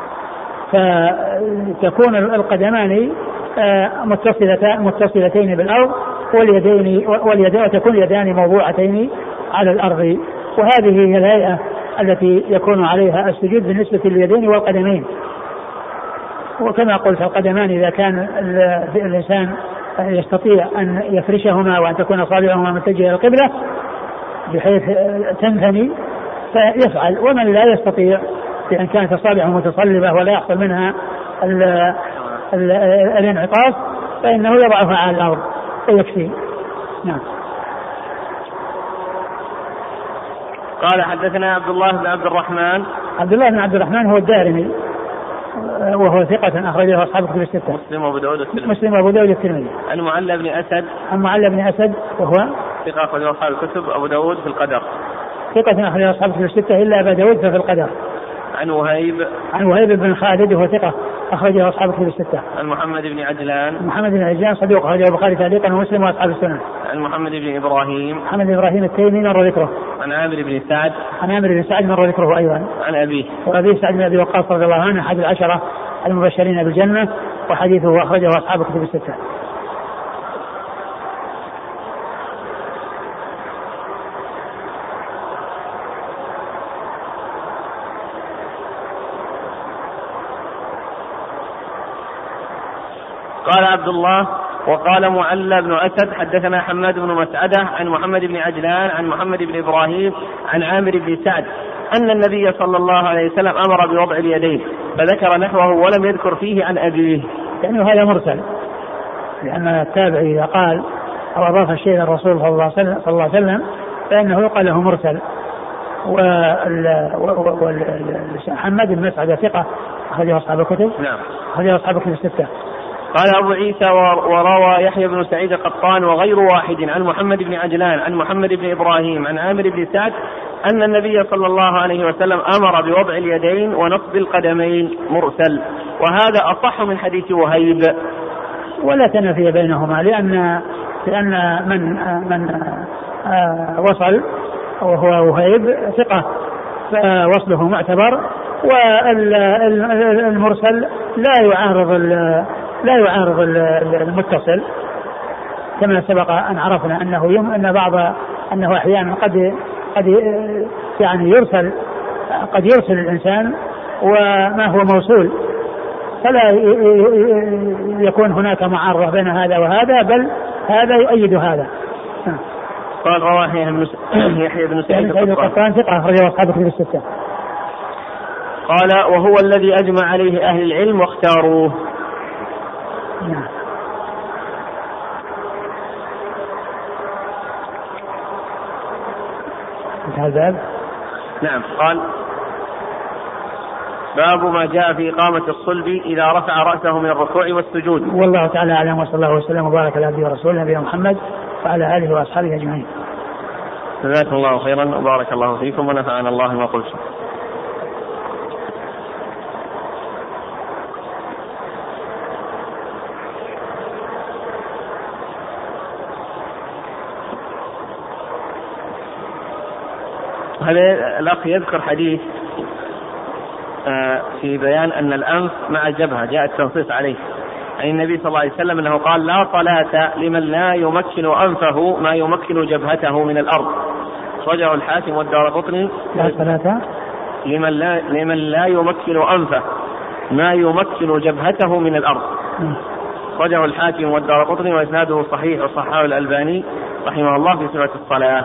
فتكون القدمان متصلتين بالأرض واليدين واليدين وتكون اليدان موضوعتين على الأرض. وهذه هي الهيئة التي يكون عليها السجود بالنسبة لليدين والقدمين. وكما قلت القدمان إذا كان الإنسان يستطيع أن يفرشهما وأن تكون أصابعهما متجهة إلى القبلة بحيث تنثني فيفعل، ومن لا يستطيع بأن كانت أصابعه متصلبة ولا يحصل منها الانعطاف فإنه يضعها على الأرض ويكفي. نعم. قال حدثنا عبد الله بن عبد الرحمن عبد الله بن عبد الرحمن هو الدارمي وهو ثقة أخرجه أصحاب الكتب الستة. مسلم وأبو داود الترمذي. مسلم وأبو داود الترمذي. عن معل بن أسد. عن معل بن أسد وهو ثقة أخرجه أصحاب الكتب. أبو داود في القدر. ثقة أخرجه أصحاب الكتب الستة إلا أبا داود في القدر. عن وهيب. عن وهيب بن خالد وهو ثقة أخرجه أصحاب الكتب الستة. عن محمد بن عجلان. محمد بن عجلان صدوق أخرجه البخاري تعليقا ومسلم وأصحاب السنن. عن محمد بن إبراهيم. محمد بن إبراهيم التيمي مر ذكره. عن عامر بن سعد. عن عامر بن سعد مر ذكره أيضا. عن أبيه. وأبي سعد بن أبي وقاص رضي الله عنه أحد العشرة المبشرين بالجنة وحديثه أخرجه أصحاب الكتب الستة. قال عبد الله وقال معلى بن أسد حدثنا حماد بن مسعدة عن محمد بن عجلان عن محمد بن إبراهيم عن عامر بن سعد أن النبي صلى الله عليه وسلم أمر بوضع اليدين فذكر نحوه ولم يذكر فيه عن أبيه. يعني هذا مرسل لأن التابعي إذا قال أو أضاف الشيء إلى الرسول صلى الله عليه وسلم فإنه يقال له مرسل. وحماد بن مسعدة ثقة أخرجه أصحاب الكتب. نعم أخرجه أصحاب الكتب الستة. قال أبو عيسى وروى يحيى بن سعيد القطان وغير واحد عن محمد بن عجلان عن محمد بن إبراهيم عن عامر بن سعد أن النبي صلى الله عليه وسلم أمر بوضع اليدين ونصب القدمين مرسل وهذا أصح من حديث وهيب. ولا تنافي بينهما لأن لأن من من وصل وهو وهيب ثقة فوصله معتبر والمرسل لا يعارض لا يعارض المتصل كما سبق أن عرفنا أنه يم أن بعض أنه أحيانا قد قد يعني يرسل قد يرسل الإنسان وما هو موصول فلا يكون هناك معارضة بين هذا وهذا بل هذا يؤيد هذا. قال رواه يحيى بن سعيد القطان ثقة أخرجه أصحاب الكتب الستة. قال وهو الذي أجمع عليه أهل العلم واختاروه. نعم. هذا نعم. قال باب ما جاء في إقامة الصلب إذا رفع رأسه من الركوع والسجود. والله تعالى أعلم وصلى الله وسلم وبارك على عبده ورسوله نبينا محمد وعلى آله وأصحابه أجمعين. جزاكم الله خيرا وبارك الله فيكم ونفعنا الله ما قلتم. هذا الأخ يذكر حديث في بيان أن الأنف مع الجبهة جاء التنصيص عليه عن النبي صلى الله عليه وسلم أنه قال لا صلاة لمن لا يمكن أنفه ما يمكن جبهته من الأرض. رجعه الحاكم والدارقطني. لا صلاة لمن لا, لمن لا يمكن أنفه ما يمكن جبهته من الأرض. رجعه الحاكم والدارقطني وإسناده صحيح وصححه الألباني رحمه الله في صفة الصلاة.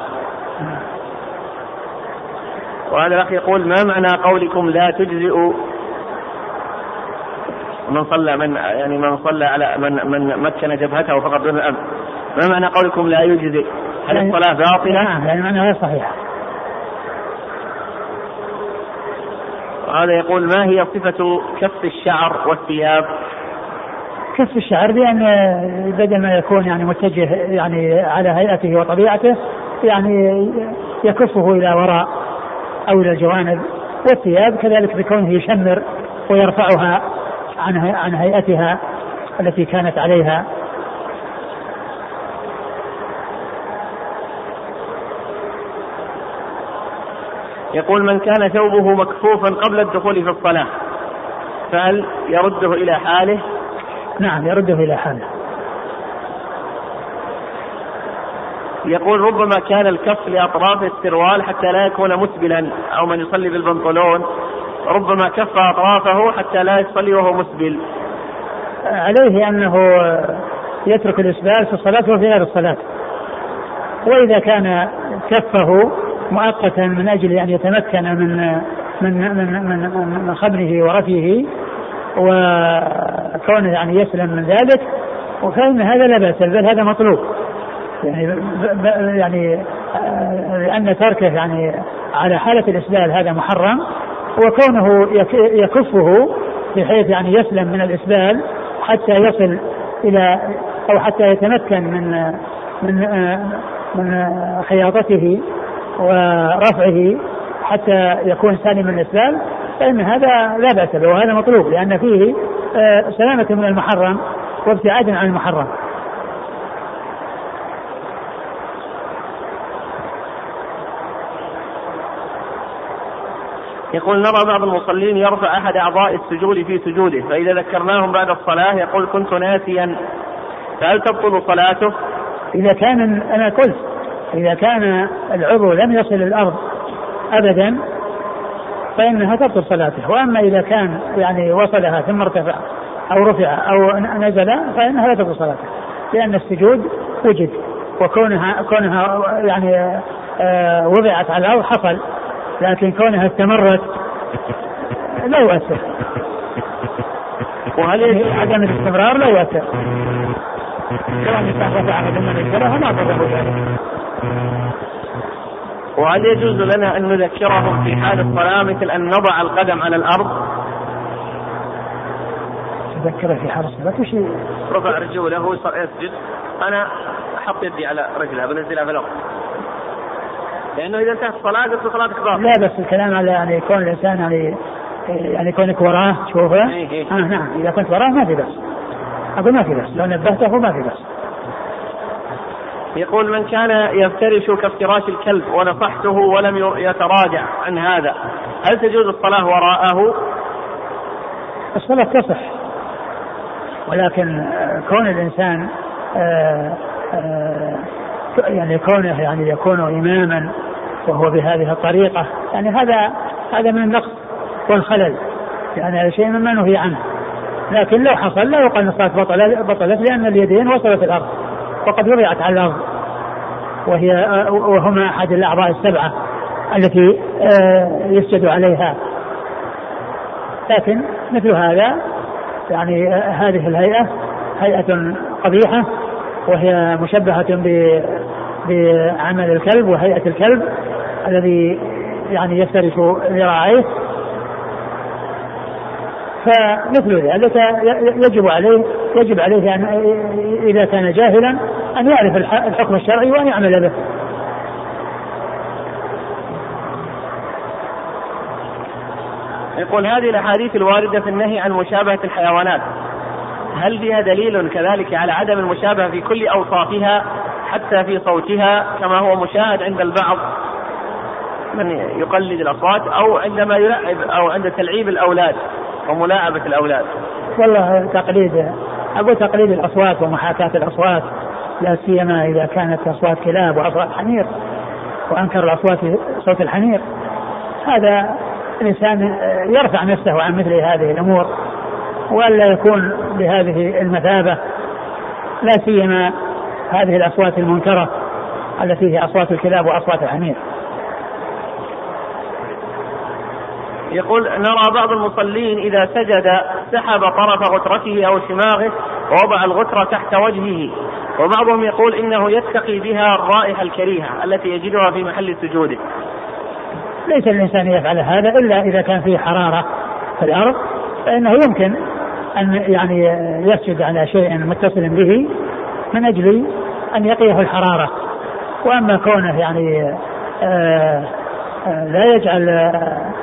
وهذا الأخ يقول ما معنى قولكم لا تجزئ من صلى من يعني من صلى على من من مكن جبهته فقط دون الأنف، ما معنى قولكم لا يجزئ؟ هل يعني الصلاة باطلة؟ نعم يعني معنى غير صحيح. وهذا يقول ما هي صفة كف الشعر والثياب؟ كف الشعر بأن بدل ما يكون يعني متجه يعني على هيئته وطبيعته يعني يكفه إلى وراء أو إلى الجوانب، والثياب كذلك بكونه يشمر ويرفعها عن عن هيئتها التي كانت عليها. يقول من كان ثوبه مكفوفا قبل الدخول في الصلاة فهل يرده إلى حاله؟ نعم يرده إلى حاله. يقول ربما كان الكف لأطراف السروال حتى لا يكون مسبلا، أو من يصلي بالبنطلون ربما كف أطرافه حتى لا يصلي وهو مسبل. عليه أنه يترك الإسبال في الصلاة وفي غير الصلاة، وإذا كان كفه مؤقتا من أجل أن يتمكن من من من من, من خبره ورفيه وكونه يعني يسلم من ذلك فإن هذا لا بأس بل هذا مطلوب، يعني يعني لأن تركه يعني على حالة الإسبال هذا محرم، وكونه يكفه بحيث يعني يسلم من الإسبال حتى يصل إلى أو حتى يتمكن من من من خياطته ورفعه حتى يكون سالم من الإسبال، فإن هذا لا بأس به وهذا مطلوب، لأن فيه سلامة من المحرم وابتعاد عن المحرم. يقول نرى بعض المصلين يرفع أحد أعضاء السجود في سجوده، فإذا ذكرناهم بعد الصلاة يقول كنت ناسيا، فهل تبطل صلاته؟ إذا كان أنا قلت إذا كان العضو لم يصل الأرض أبدا فإنها تبطل صلاته، وأما إذا كان يعني وصلها ثم ارتفع أو رفع أو نزل فإنها لا تبطل صلاته، لأن السجود وجد، وكونها كونها يعني آه وضعت على الأرض حصل، لكن كونها استمرت لا يؤثر. وهل عدم الاستمرار لا يؤثر؟ كون استحدث عن ثم نزلها ما ضره ذلك. وهل يجوز لنا أن نذكرهم في حال الصلاة مثل أن نضع القدم على الأرض؟ تذكره في حال الصلاة وش رفع رجله يسجد، أنا أحط يدي على رجلها بنزلها في الأرض، لأنه إذا انتهت الصلاة قلت صلاتك باطلة. لا بس الكلام على يعني يكون الإنسان يعني يعني كونك وراه تشوفه. إيه إيه. آه نعم إذا كنت وراه ما في بس، أقول ما في بس، لو نبهته ما في بس. يقول من كان يفترش كافتراش الكلب ونصحته ولم يتراجع عن هذا، هل تجوز الصلاة وراءه؟ الصلاة تصح، ولكن كون الإنسان آآ آآ يعني كونه يعني يكون إماما وهو بهذه الطريقة يعني هذا هذا من النقص والخلل، يعني هذا شيء مما نهي عنه. لكن لو حصل لا يقال الصلاة بطلت، لأن اليدين وصلت الأرض وقد وضعت على الأرض، وهي وهما أحد الأعضاء السبعة التي يسجد عليها. لكن مثل هذا يعني هذه الهيئة هيئة قبيحة، وهي مشبهة بعمل الكلب وهيئة الكلب الذي يعني يفترش ذراعيه، فمثل ذلك يجب عليه يجب عليه أن إذا كان جاهلا أن يعرف الحكم الشرعي وأن يعمل به. يقول هذه الأحاديث الواردة في النهي عن مشابهة الحيوانات هل فيها دليل كذلك على عدم المشابهة في كل أوصافها حتى في صوتها كما هو مشاهد عند البعض من يقلد الأصوات أو عندما يلعب أو عند تلعيب الأولاد وملاعبة الأولاد؟ والله تقليد أقول تقليد الأصوات ومحاكاة الأصوات، لا سيما إذا كانت أصوات كلاب وأصوات حمير، وأنكر الأصوات صوت الحمير، هذا الإنسان يرفع نفسه عن مثل هذه الأمور ولا يكون بهذه المثابة، لا سيما هذه الأصوات المنكرة التي هي أصوات الكلاب وأصوات الحمير. يقول نرى بعض المصلين إذا سجد سحب طرف غترته أو شماغه ووضع الغترة تحت وجهه، وبعضهم يقول إنه يتقي بها الرائحة الكريهة التي يجدها في محل سجوده. ليس الإنسان يفعل هذا إلا إذا كان فيه حرارة في الأرض، فإنه يمكن أن يعني يسجد على شيء متصل به من أجل أن يقيه الحرارة. وأما كونه يعني آآ آآ لا يجعل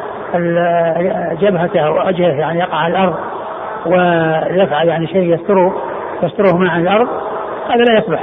جبهته ووجهه يعني يقع على الأرض ويفعل يعني شيء يستره يستره مع الأرض، هذا لا يصلح.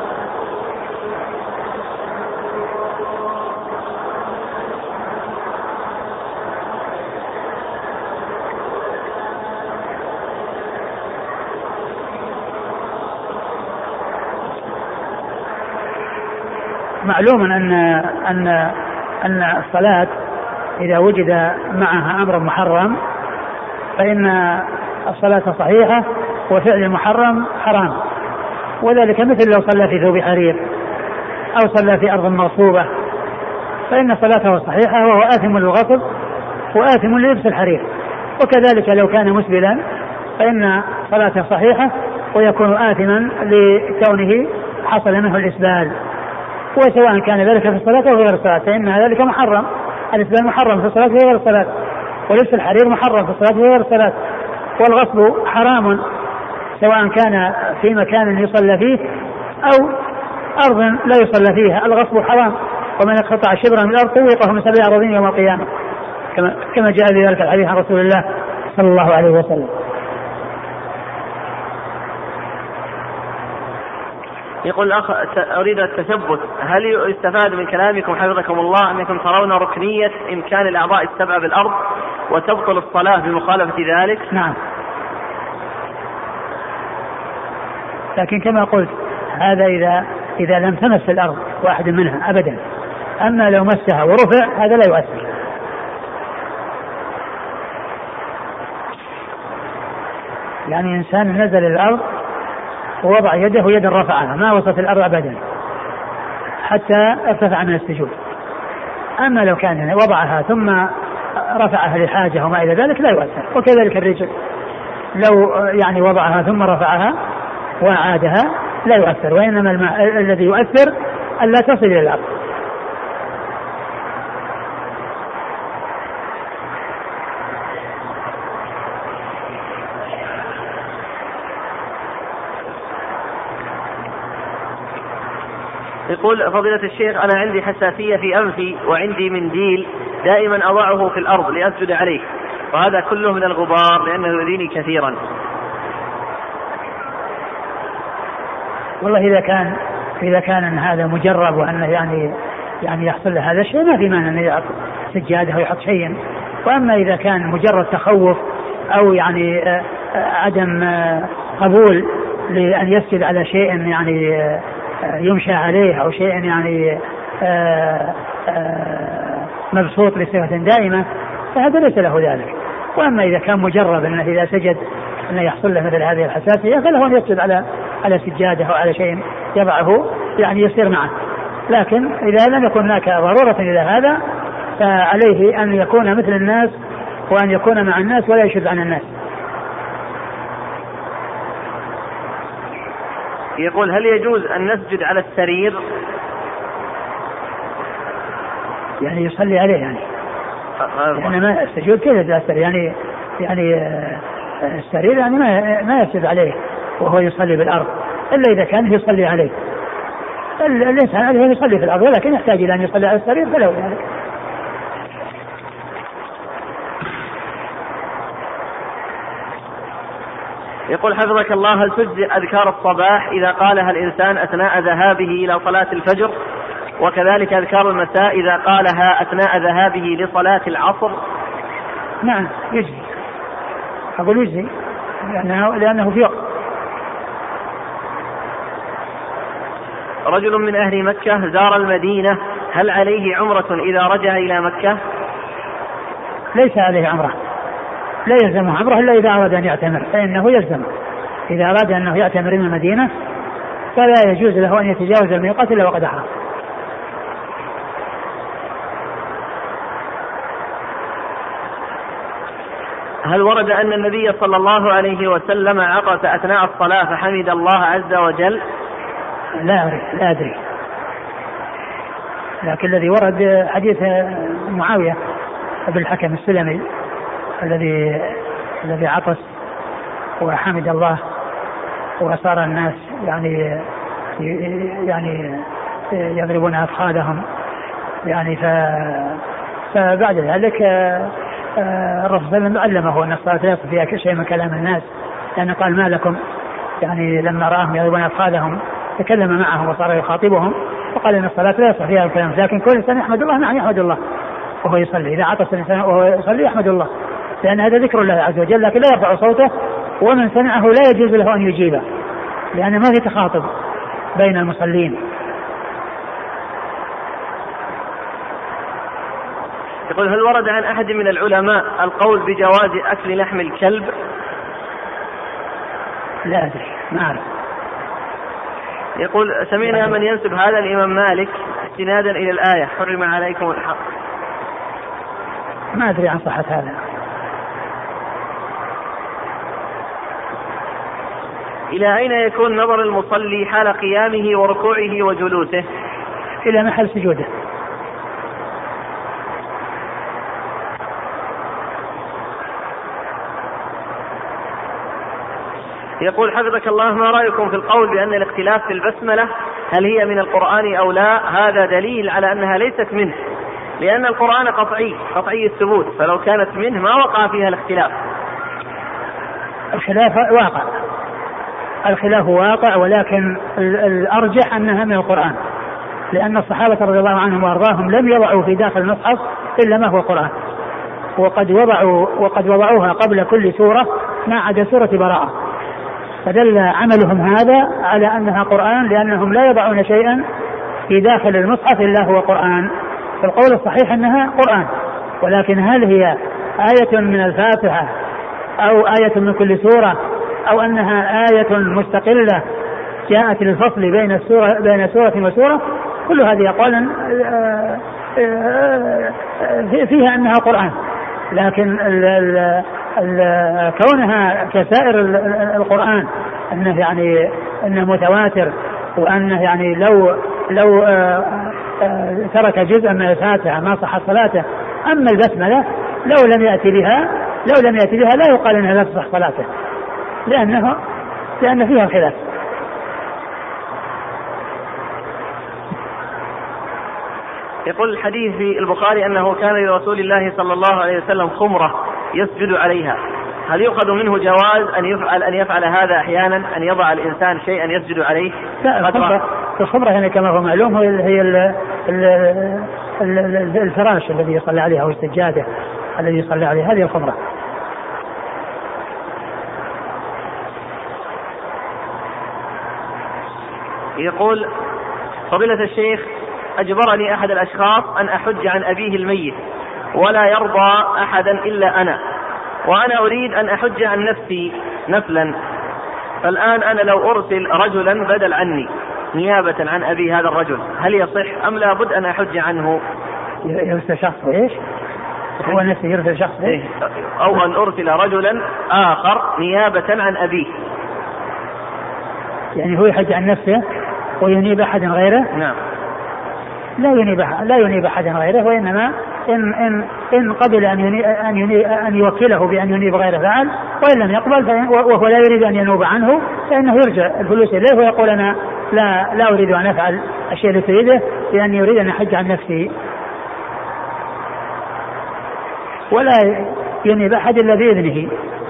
معلوم أن أن أن الصلاة إذا وجد معها أمر محرم فإن الصلاة صحيحة وفعل المحرم حرام، وذلك مثل لو صلى في ثوب حرير أو صلى في أرض مغصوبة فإن صلاته صحيحة وهو آثم للغصب وآثم للبس الحرير، وكذلك لو كان مسبلا فإن صلاته صحيحة ويكون آثما لكونه حصل منه الإسبال، وسواء كان ذلك في الصلاة أو غير الصلاة فإن ذلك محرم. الإسبال محرم في الصلاة وغير الصلاة، ولبس الحرير محرم في الصلاة وغير الصلاة، والغصب حرام سواء كان في مكان يصلى فيه أو أرض لا يصلى فيها، الغصب حرام. ومن اقتطع شبرا من الأرض طوقه من سبع أراضين يوم القيامة كما كما جاء ذلك الحديث عن رسول الله صلى الله عليه وسلم. يقول الأخ أريد التثبت، هل يستفاد من كلامكم حفظكم الله أنكم ترون ركنية إمكان الأعضاء السبعة بالأرض وتبطل الصلاة بمخالفة ذلك؟ نعم، لكن كما قلت هذا إذا إذا لم تمس الأرض واحد منها أبدا، أما لو مسها ورفع هذا لا يؤثر. يعني إنسان نزل الأرض ووضع يده يدا رفعها ما وصلت الأرض أبدا حتى ارتفع من السجود. أما لو كان وضعها ثم رفعها لحاجة وما إلى ذلك لا يؤثر. وكذلك الرجل لو يعني وضعها ثم رفعها وعادها لا يؤثر، وإنما الماء الذي يؤثر ألا تصل إلى الأرض. يقول فضيلة الشيخ أنا عندي حساسية في أنفي وعندي منديل دائما أضعه في الأرض لأسجد عليه، وهذا كله من الغبار لأنه يؤذيني كثيرا. والله إذا كان إذا كان هذا مجرب وأنه يعني يعني يحصل له هذا الشيء ما في مانع أن يحط سجادة ويحط شيئا. وأما إذا كان مجرد تخوف أو يعني عدم قبول لأن يسجد على شيء يعني يمشى عليه أو شيء يعني مبسوط بصفة دائمة فهذا ليس له ذلك. وأما إذا كان مجرب أنه إذا سجد أنه يحصل له مثل هذه الحساسية فله أن يسجد على على سجادة أو على شيء يضعه يعني يصير معه. لكن إذا لم يكن هناك ضرورة إلى هذا فعليه أن يكون مثل الناس وأن يكون مع الناس ولا يشد عن الناس. يقول هل يجوز أن نسجد على السرير؟ يعني يصلي عليه يعني يعني ما السجود كيف على السرير يعني يعني السرير يعني ما ما يسجد عليه وهو يصلي بالأرض إلا إذا كان يصلي عليه. الإنسان عليه يصلي في الأرض ولكن يحتاج إلى أن يصلي على السرير فله ذلك. يقول حفظك الله هل تجزئ أذكار الصباح إذا قالها الإنسان أثناء ذهابه إلى صلاة الفجر، وكذلك أذكار المساء إذا قالها أثناء ذهابه لصلاة العصر؟ نعم يجزي، أقول يجزي لأنه, لأنه في وقت. رجل من أهل مكة زار المدينة، هل عليه عمرة إذا رجع إلى مكة؟ ليس عليه عمرة، لا يلزمه عمره إلا إذا أراد أن يعتمر فإنه يلزم. إذا أراد أنه يعتمر من المدينة فلا يجوز له أن يتجاوز الميقات إلا وقد أحرم. هل ورد أن النبي صلى الله عليه وسلم عطس أثناء الصلاة فحمد الله عز وجل؟ لا أعرف لا أدري، لكن الذي ورد حديث معاوية بن الحكم السلمي الذي الذي عطس وحمد الله وصار الناس يعني يعني يضربون أفخاذهم يعني فبعد ذلك الرسول صلى الله عليه وسلم علمه أن الصلاة لا يصح فيها شيء من كلام الناس، لأنه قال ما لكم يعني لما رآهم يضربون أفخاذهم تكلم معهم وصار يخاطبهم وقال أن الصلاة لا يصح فيها الكلام، لكن كل إنسان يحمد الله نعم يحمد الله وهو يصلي. إذا عطس الإنسان وهو يصلي يحمد الله لأن هذا ذكر الله عز وجل، لكن لا يرفع صوته ومن سمعه لا يجوز له أن يجيبه لأن ما في تخاطب بين المصلين. يقول هل ورد عن أحد من العلماء القول بجواز أكل لحم الكلب؟ لا أدري ما أعرف. يقول سمعنا من ينسب هذا الإمام مالك استنادا إلى الآية حرم عليكم الحق. ما أدري عن صحة هذا. إلى أين يكون نظر المصلي حال قيامه وركوعه وجلوسه؟ إلى محل سجوده. يقول حفظك الله ما رأيكم في القول بأن الاختلاف في البسملة هل هي من القرآن أو لا؟ هذا دليل على أنها ليست منه، لأن القرآن قطعي قطعي الثبوت، فلو كانت منه ما وقع فيها الاختلاف. الخلاف واقع الخلاف واقع، ولكن الأرجح أنها من القرآن، لأن الصحابة رضي الله عنهم وأرضاهم لم يضعوا في داخل المصحف إلا ما هو القرآن، وقد وضعوا وقد وضعوها قبل كل سورة ما عدا سورة براءة، فدل عملهم هذا على أنها قرآن، لأنهم لا يضعون شيئا في داخل المصحف إلا هو قرآن. فالقول الصحيح أنها قرآن، ولكن هل هي آية من الفاتحة أو آية من كل سورة أو أنها آية مستقلة جاءت للفصل بين السورة بين سورة وسورة، كل هذه أقوال فيها أنها قرآن، لكن ال ال ال كونها كسائر القرآن أنه يعني أنه متواتر، وأنه يعني لو لو ترك جزءا من الفاتحة ما صح صلاته. أما البسملة لو لم يأتي بها لو لم يأتي بها لا يقال أنها لا تصح صلاته، لأنه لأن فيها خلاف. يقول الحديث في البخاري أنه كان لرسول الله صلى الله عليه وسلم خمرة يسجد عليها، هل يؤخذ منه جواز أن يفعل أن يفعل هذا أحيانا، أن يضع الإنسان شيئا يسجد عليه؟ لا، الخمرة, الخمرة يعني كما هو معلوم هي ال ال ال الفراش الذي يصلي عليه أو السجادة الذي يصلي عليه، هذه الخمرة. يقول فضيلة الشيخ أجبرني أحد الأشخاص أن أحج عن أبيه الميت ولا يرضى أحدا إلا أنا، وأنا أريد أن أحج عن نفسي نفلا، فالآن أنا لو أرسل رجلا بدل عني نيابة عن أبي هذا الرجل هل يصح أم لا بد أن أحج عنه؟ يرسل شخص إيش؟ هو نفسه يرسل شخص إيه؟ أو أن أرسل رجلا آخر نيابة عن أبيه، يعني هو يحج عن نفسه وينيب أحد غيره؟ نعم. لا ينيب لا ينيب أحد غيره، وإنما إن إن إن قبل أن ينيب أن ينيب أن يوكله بأن ينيب غيره فعل، وإن لم يقبل وهو لا يريد أن ينوب عنه فإنه يرجع الفلوس إليه ويقول أنا لا لا أريد أن أفعل الشيء الذي تريده لأني أريد أن أحج عن نفسي، ولا ينيب أحد إلا بإذنه.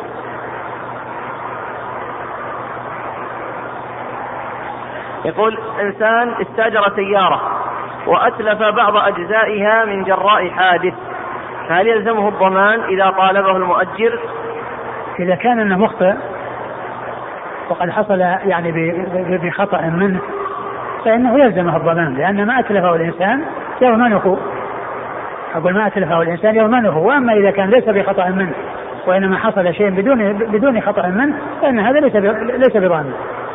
يقول إنسان استأجر سيارة وأتلف بعض أجزائها من جراء حادث، فهل يلزمه الضمان إذا طالبه المؤجر؟ إذا كان أنه مخطئ وقد حصل يعني بخطأ منه فإنه يلزمه الضمان، لأن ما أتلفه الإنسان يضمنه، أقول ما أتلفه الإنسان يضمنه. وأما إذا كان ليس بخطأ منه وإنما حصل شيء بدون بدون خطأ منه فإن هذا ليس ليس بضامن.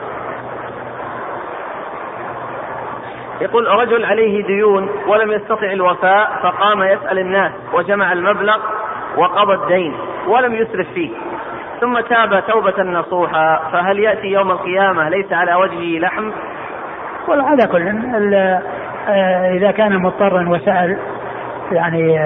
يقول رجل عليه ديون ولم يستطع الوفاء فقام يسأل الناس وجمع المبلغ وقضى الدين ولم يسرف فيه ثم تاب توبة نصوحا، فهل يأتي يوم القيامة ليس على وجهه لحم؟ وعلى كل إذا كان مضطرا وسأل يعني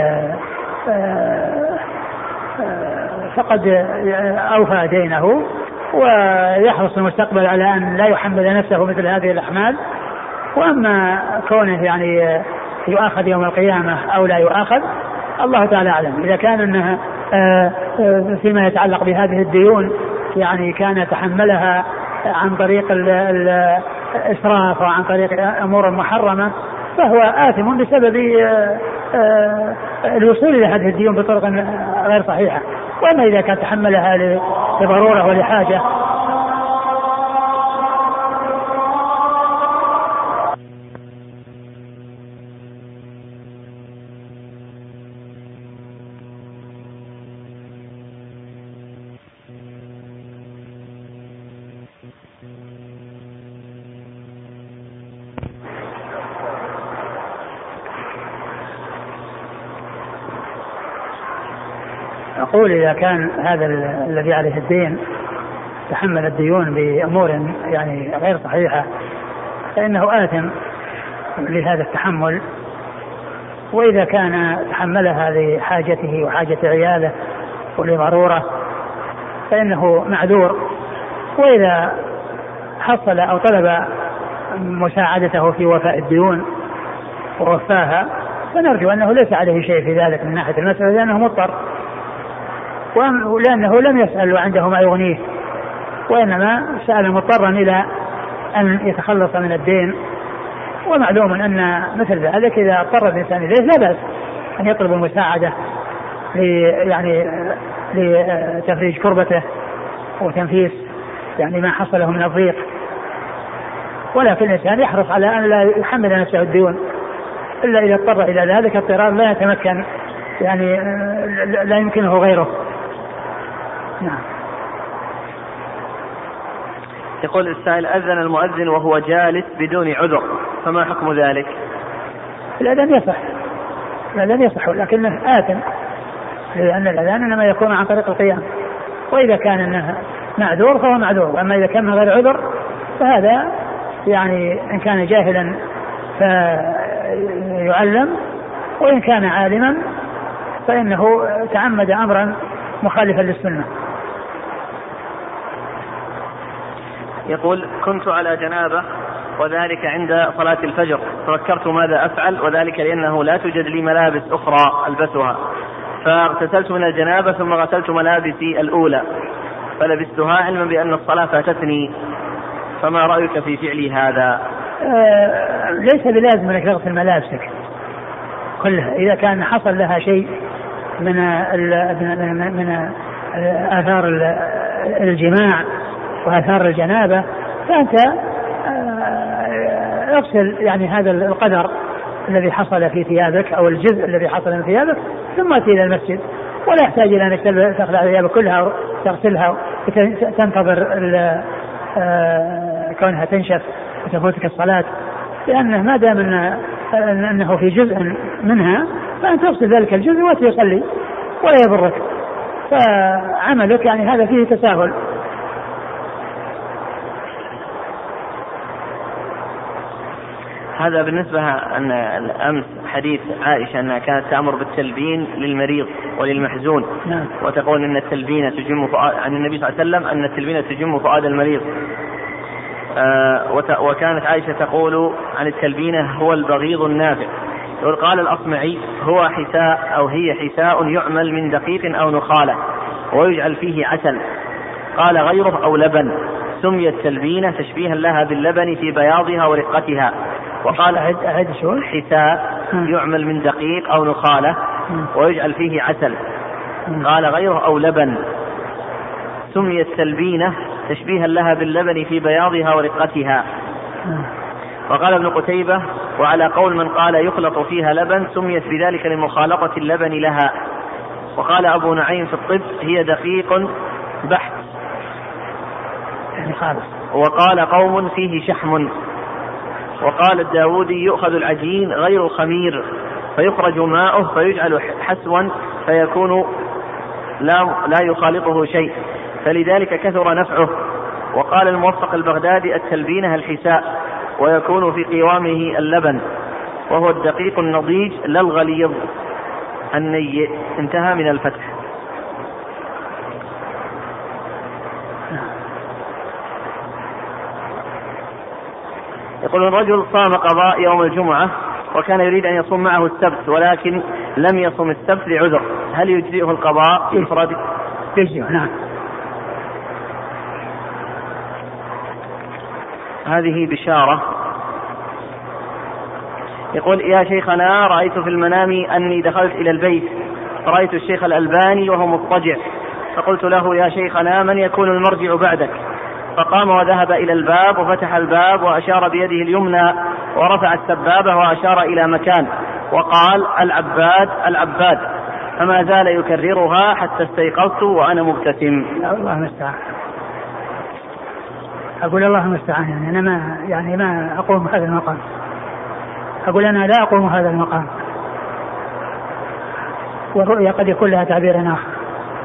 فقد أوفى دينه ويحرص المستقبل على أن لا يحمل نفسه مثل هذه الأحمال. وأما كونه يعني يؤاخذ يوم القيامة أو لا يؤاخذ الله تعالى أعلم. إذا كان أنها فيما يتعلق بهذه الديون يعني كان تحملها عن طريق الإسراف وعن طريق أمور محرمة فهو آثم بسبب الوصول إلى هذه الديون بطرق غير صحيحة. وأما إذا كان تحملها لضرورة ولحاجة أقول إذا كان هذا الذي عليه الدين تحمل الديون بأمور يعني غير صحيحة فإنه آثم لهذا التحمل. وإذا كان تحملها لحاجته وحاجة عياله ولضرورة فإنه معذور. وإذا حصل أو طلب مساعدته في وفاء الديون ووفاها فنرجو أنه ليس عليه شيء في ذلك من ناحية المسألة لأنه مضطر ولأنه لم يسأل وعنده ما يغنيه وإنما سأل مضطرا إلى أن يتخلص من الدين. ومعلوم أن مثل ذلك إذا اضطر الإنسان إليه لا بأس أن يطلب المساعدة يعني لتفريج كربته وتنفيس يعني ما حصله من الضيق، ولكن الإنسان يحرص على أن لا يحمل نفسه الديون إلا إذا اضطر إلى ذلك اضطرار لا يتمكن يعني لا يمكنه غيره. نعم. يقول السائل: أذن المؤذن وهو جالس بدون عذر، فما حكم ذلك؟ الأذان يصح، الأذان يصح لكنه آثم، لأن الأذان إنما يكون عن طريق القيام، وإذا كان إنه معذور فهو معذور، أما إذا كان من غير عذر فهذا يعني إن كان جاهلا فيعلم، وإن كان عالما فإنه تعمد أمرا مخالفا للسنة. يقول: كنت على جنابة وذلك عند صلاة الفجر، ففكرت ماذا أفعل، وذلك لأنه لا توجد لي ملابس أخرى ألبسها، فاغتسلت من الجنابة ثم غسلت ملابسي الأولى فلبستها علما بأن الصلاة فاتتني، فما رأيك في فعلي هذا؟ آه ليس بلازم أنك تغسل ملابسك كلها، إذا كان حصل لها شيء من ال من, من, من آثار الجماع وآثار الجنابة فأنت اغسل يعني هذا القدر الذي حصل في ثيابك أو الجزء الذي حصل من ثيابك ثم أتي إلى المسجد، ولا يحتاج إلى أنك تخلع ثيابك كلها وتغسلها وتنتظر كونها تنشف وتفوتك الصلاة، لأنه ما دام أنه في جزء منها فأنت تغسل ذلك الجزء وتصلي ولا يضرك، فعملك يعني هذا فيه تساهل. هذا بالنسبة أن الأمس حديث عائشة أنها كانت تأمر بالتلبين للمريض وللمحزون، نعم. وتقول أن التلبين تجم فؤاد، عن النبي صلى الله عليه وسلم أن التلبين تجم فؤاد المريض. آه وكانت عائشة تقول عن التلبين هو البغيض النافع. يقول: قال الأصمعي: هو حساء أو هي حساء يعمل من دقيق أو نخالة ويجعل فيه عسل. قال غيره: أو لبن. سميت تلبينة تشبيها لها باللبن في بياضها ورقتها. وقال: أعد شو؟ حساء يعمل من دقيق أو نخالة ويجعل فيه عسل. قال غيره: أو لبن. سميت تلبينة تشبيها لها باللبن في بياضها ورقتها. وقال ابن قتيبة: وعلى قول من قال يخلط فيها لبن سميت بذلك لمخالطة اللبن لها. وقال أبو نعيم في الطب: هي دقيق بحت. وقال قوم: فيه شحم. وقال الداودي: يؤخذ العجين غير الخمير فيخرج ماؤه فيجعل حسوا فيكون لا, لا يخالطه شيء، فلذلك كثر نفعه. وقال الموفق البغدادي: التلبينة الحساء ويكون في قوامه اللبن وهو الدقيق النضيج لا الغليظ النيء. انتهى من الفتح. يقول: الرجل صام قضاء يوم الجمعة وكان يريد أن يصوم معه السبت ولكن لم يصم السبت لعذر، هل يجزئه القضاء إفراد؟ يجزئه، نعم. هذه بشارة. يقول: يا شيخنا، رأيت في المنام أني دخلت إلى البيت فرأيت الشيخ الألباني وهو مضطجع، فقلت له: يا شيخنا، من يكون المرجع بعدك؟ فقام وذهب إلى الباب وفتح الباب وأشار بيده اليمنى ورفع السبابة وأشار إلى مكان وقال: العباد العباد، فما زال يكررها حتى استيقظت وأنا مبتسم. الله المستعان. أقول الله المستعان، يعني أنا ما يعني ما أقوم هذا المقام، أقول أنا لا أقوم هذا المقام، والرؤيا قد يكون لها تعبير آخر.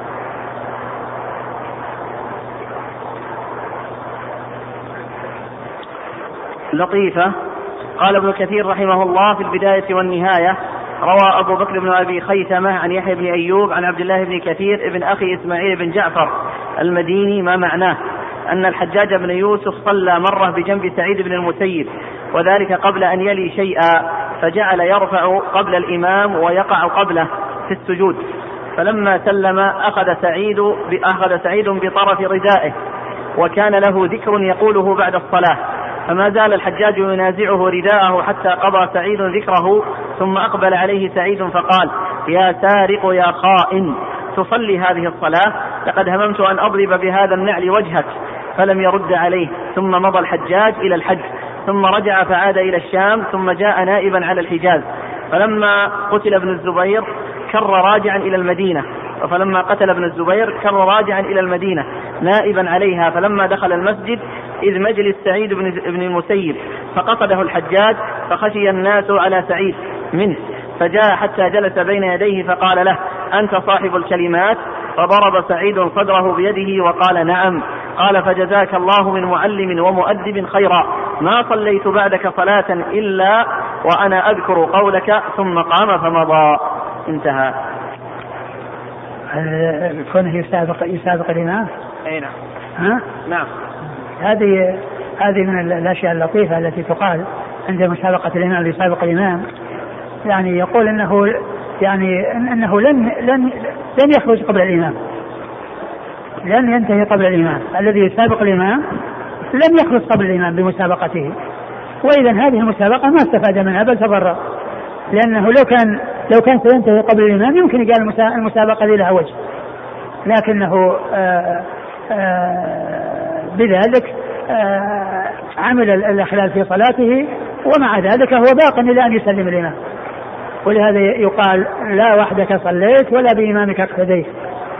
لطيفة. قال ابن كثير رحمه الله في البداية والنهاية: روى أبو بكر بن أبي خيثمة عن يحيى بن أيوب عن عبد الله بن كثير ابن أخي إسماعيل بن جعفر المديني ما معناه أن الحجاج بن يوسف صلى مرة بجنب سعيد بن المسيب، وذلك قبل أن يلي شيئا، فجعل يرفع قبل الإمام ويقع قبله في السجود، فلما سلم أخذ سعيد, أخذ سعيد بطرف ردائه وكان له ذكر يقوله بعد الصلاة، فما زال الحجاج ينازعه رداءه حتى قضى سعيد ذكره، ثم أقبل عليه سعيد فقال: يا سارق يا خائن، تصلي هذه الصلاة؟ لقد هممت أن أضرب بهذا النعل وجهك. فلم يرد عليه، ثم مضى الحجاج إلى الحج، ثم رجع فعاد إلى الشام، ثم جاء نائبا على الحجاز. فلما قتل ابن الزبير كر راجعا إلى المدينة فلما قتل ابن الزبير كر راجعا إلى المدينة نائبا عليها. فلما دخل المسجد إذ مجلس سعيد بن المسيب، فقصده الحجاج، فخشي الناس على سعيد منه، فجاء حتى جلس بين يديه فقال له: أنت صاحب الكلمات؟ فضرب سعيد صدره بيده وقال: نعم. قال: فجزاك الله من معلم ومؤدب خيرا، ما صليت بعدك صلاة إلا وأنا أذكر قولك. ثم قام فمضى. انتهى. كونه يسابق يسابق الإمام. أي نعم. ها؟ نعم. هذه هذه من الأشياء اللطيفة التي تقال عند مسابقة الإمام ليسابق الإمام، يعني يقول إنه يعني إنه لن لن لن يخرج قبل الإمام، لن ينتهي قبل الإمام. الذي يسابق الإمام لن يخرج قبل الإمام بمسابقته، وإذا هذه المسابقة ما استفاد منها بل تضرر، لأنه لو كان لو كان سينتهي قبل الإمام يمكن يقال المسابقة ذي لها وجه، لكنه آآ آآ بذلك عمل الإخلال في صلاته، ومع ذلك هو باق إلى أن يسلم الإمام. ولهذا يقال: لا وحدك صليت ولا بإمامك اقتديت.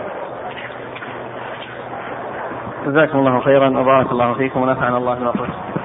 جزاكم الله خيرا وبارك الله فيكم ونفعنا الله بما قلتم.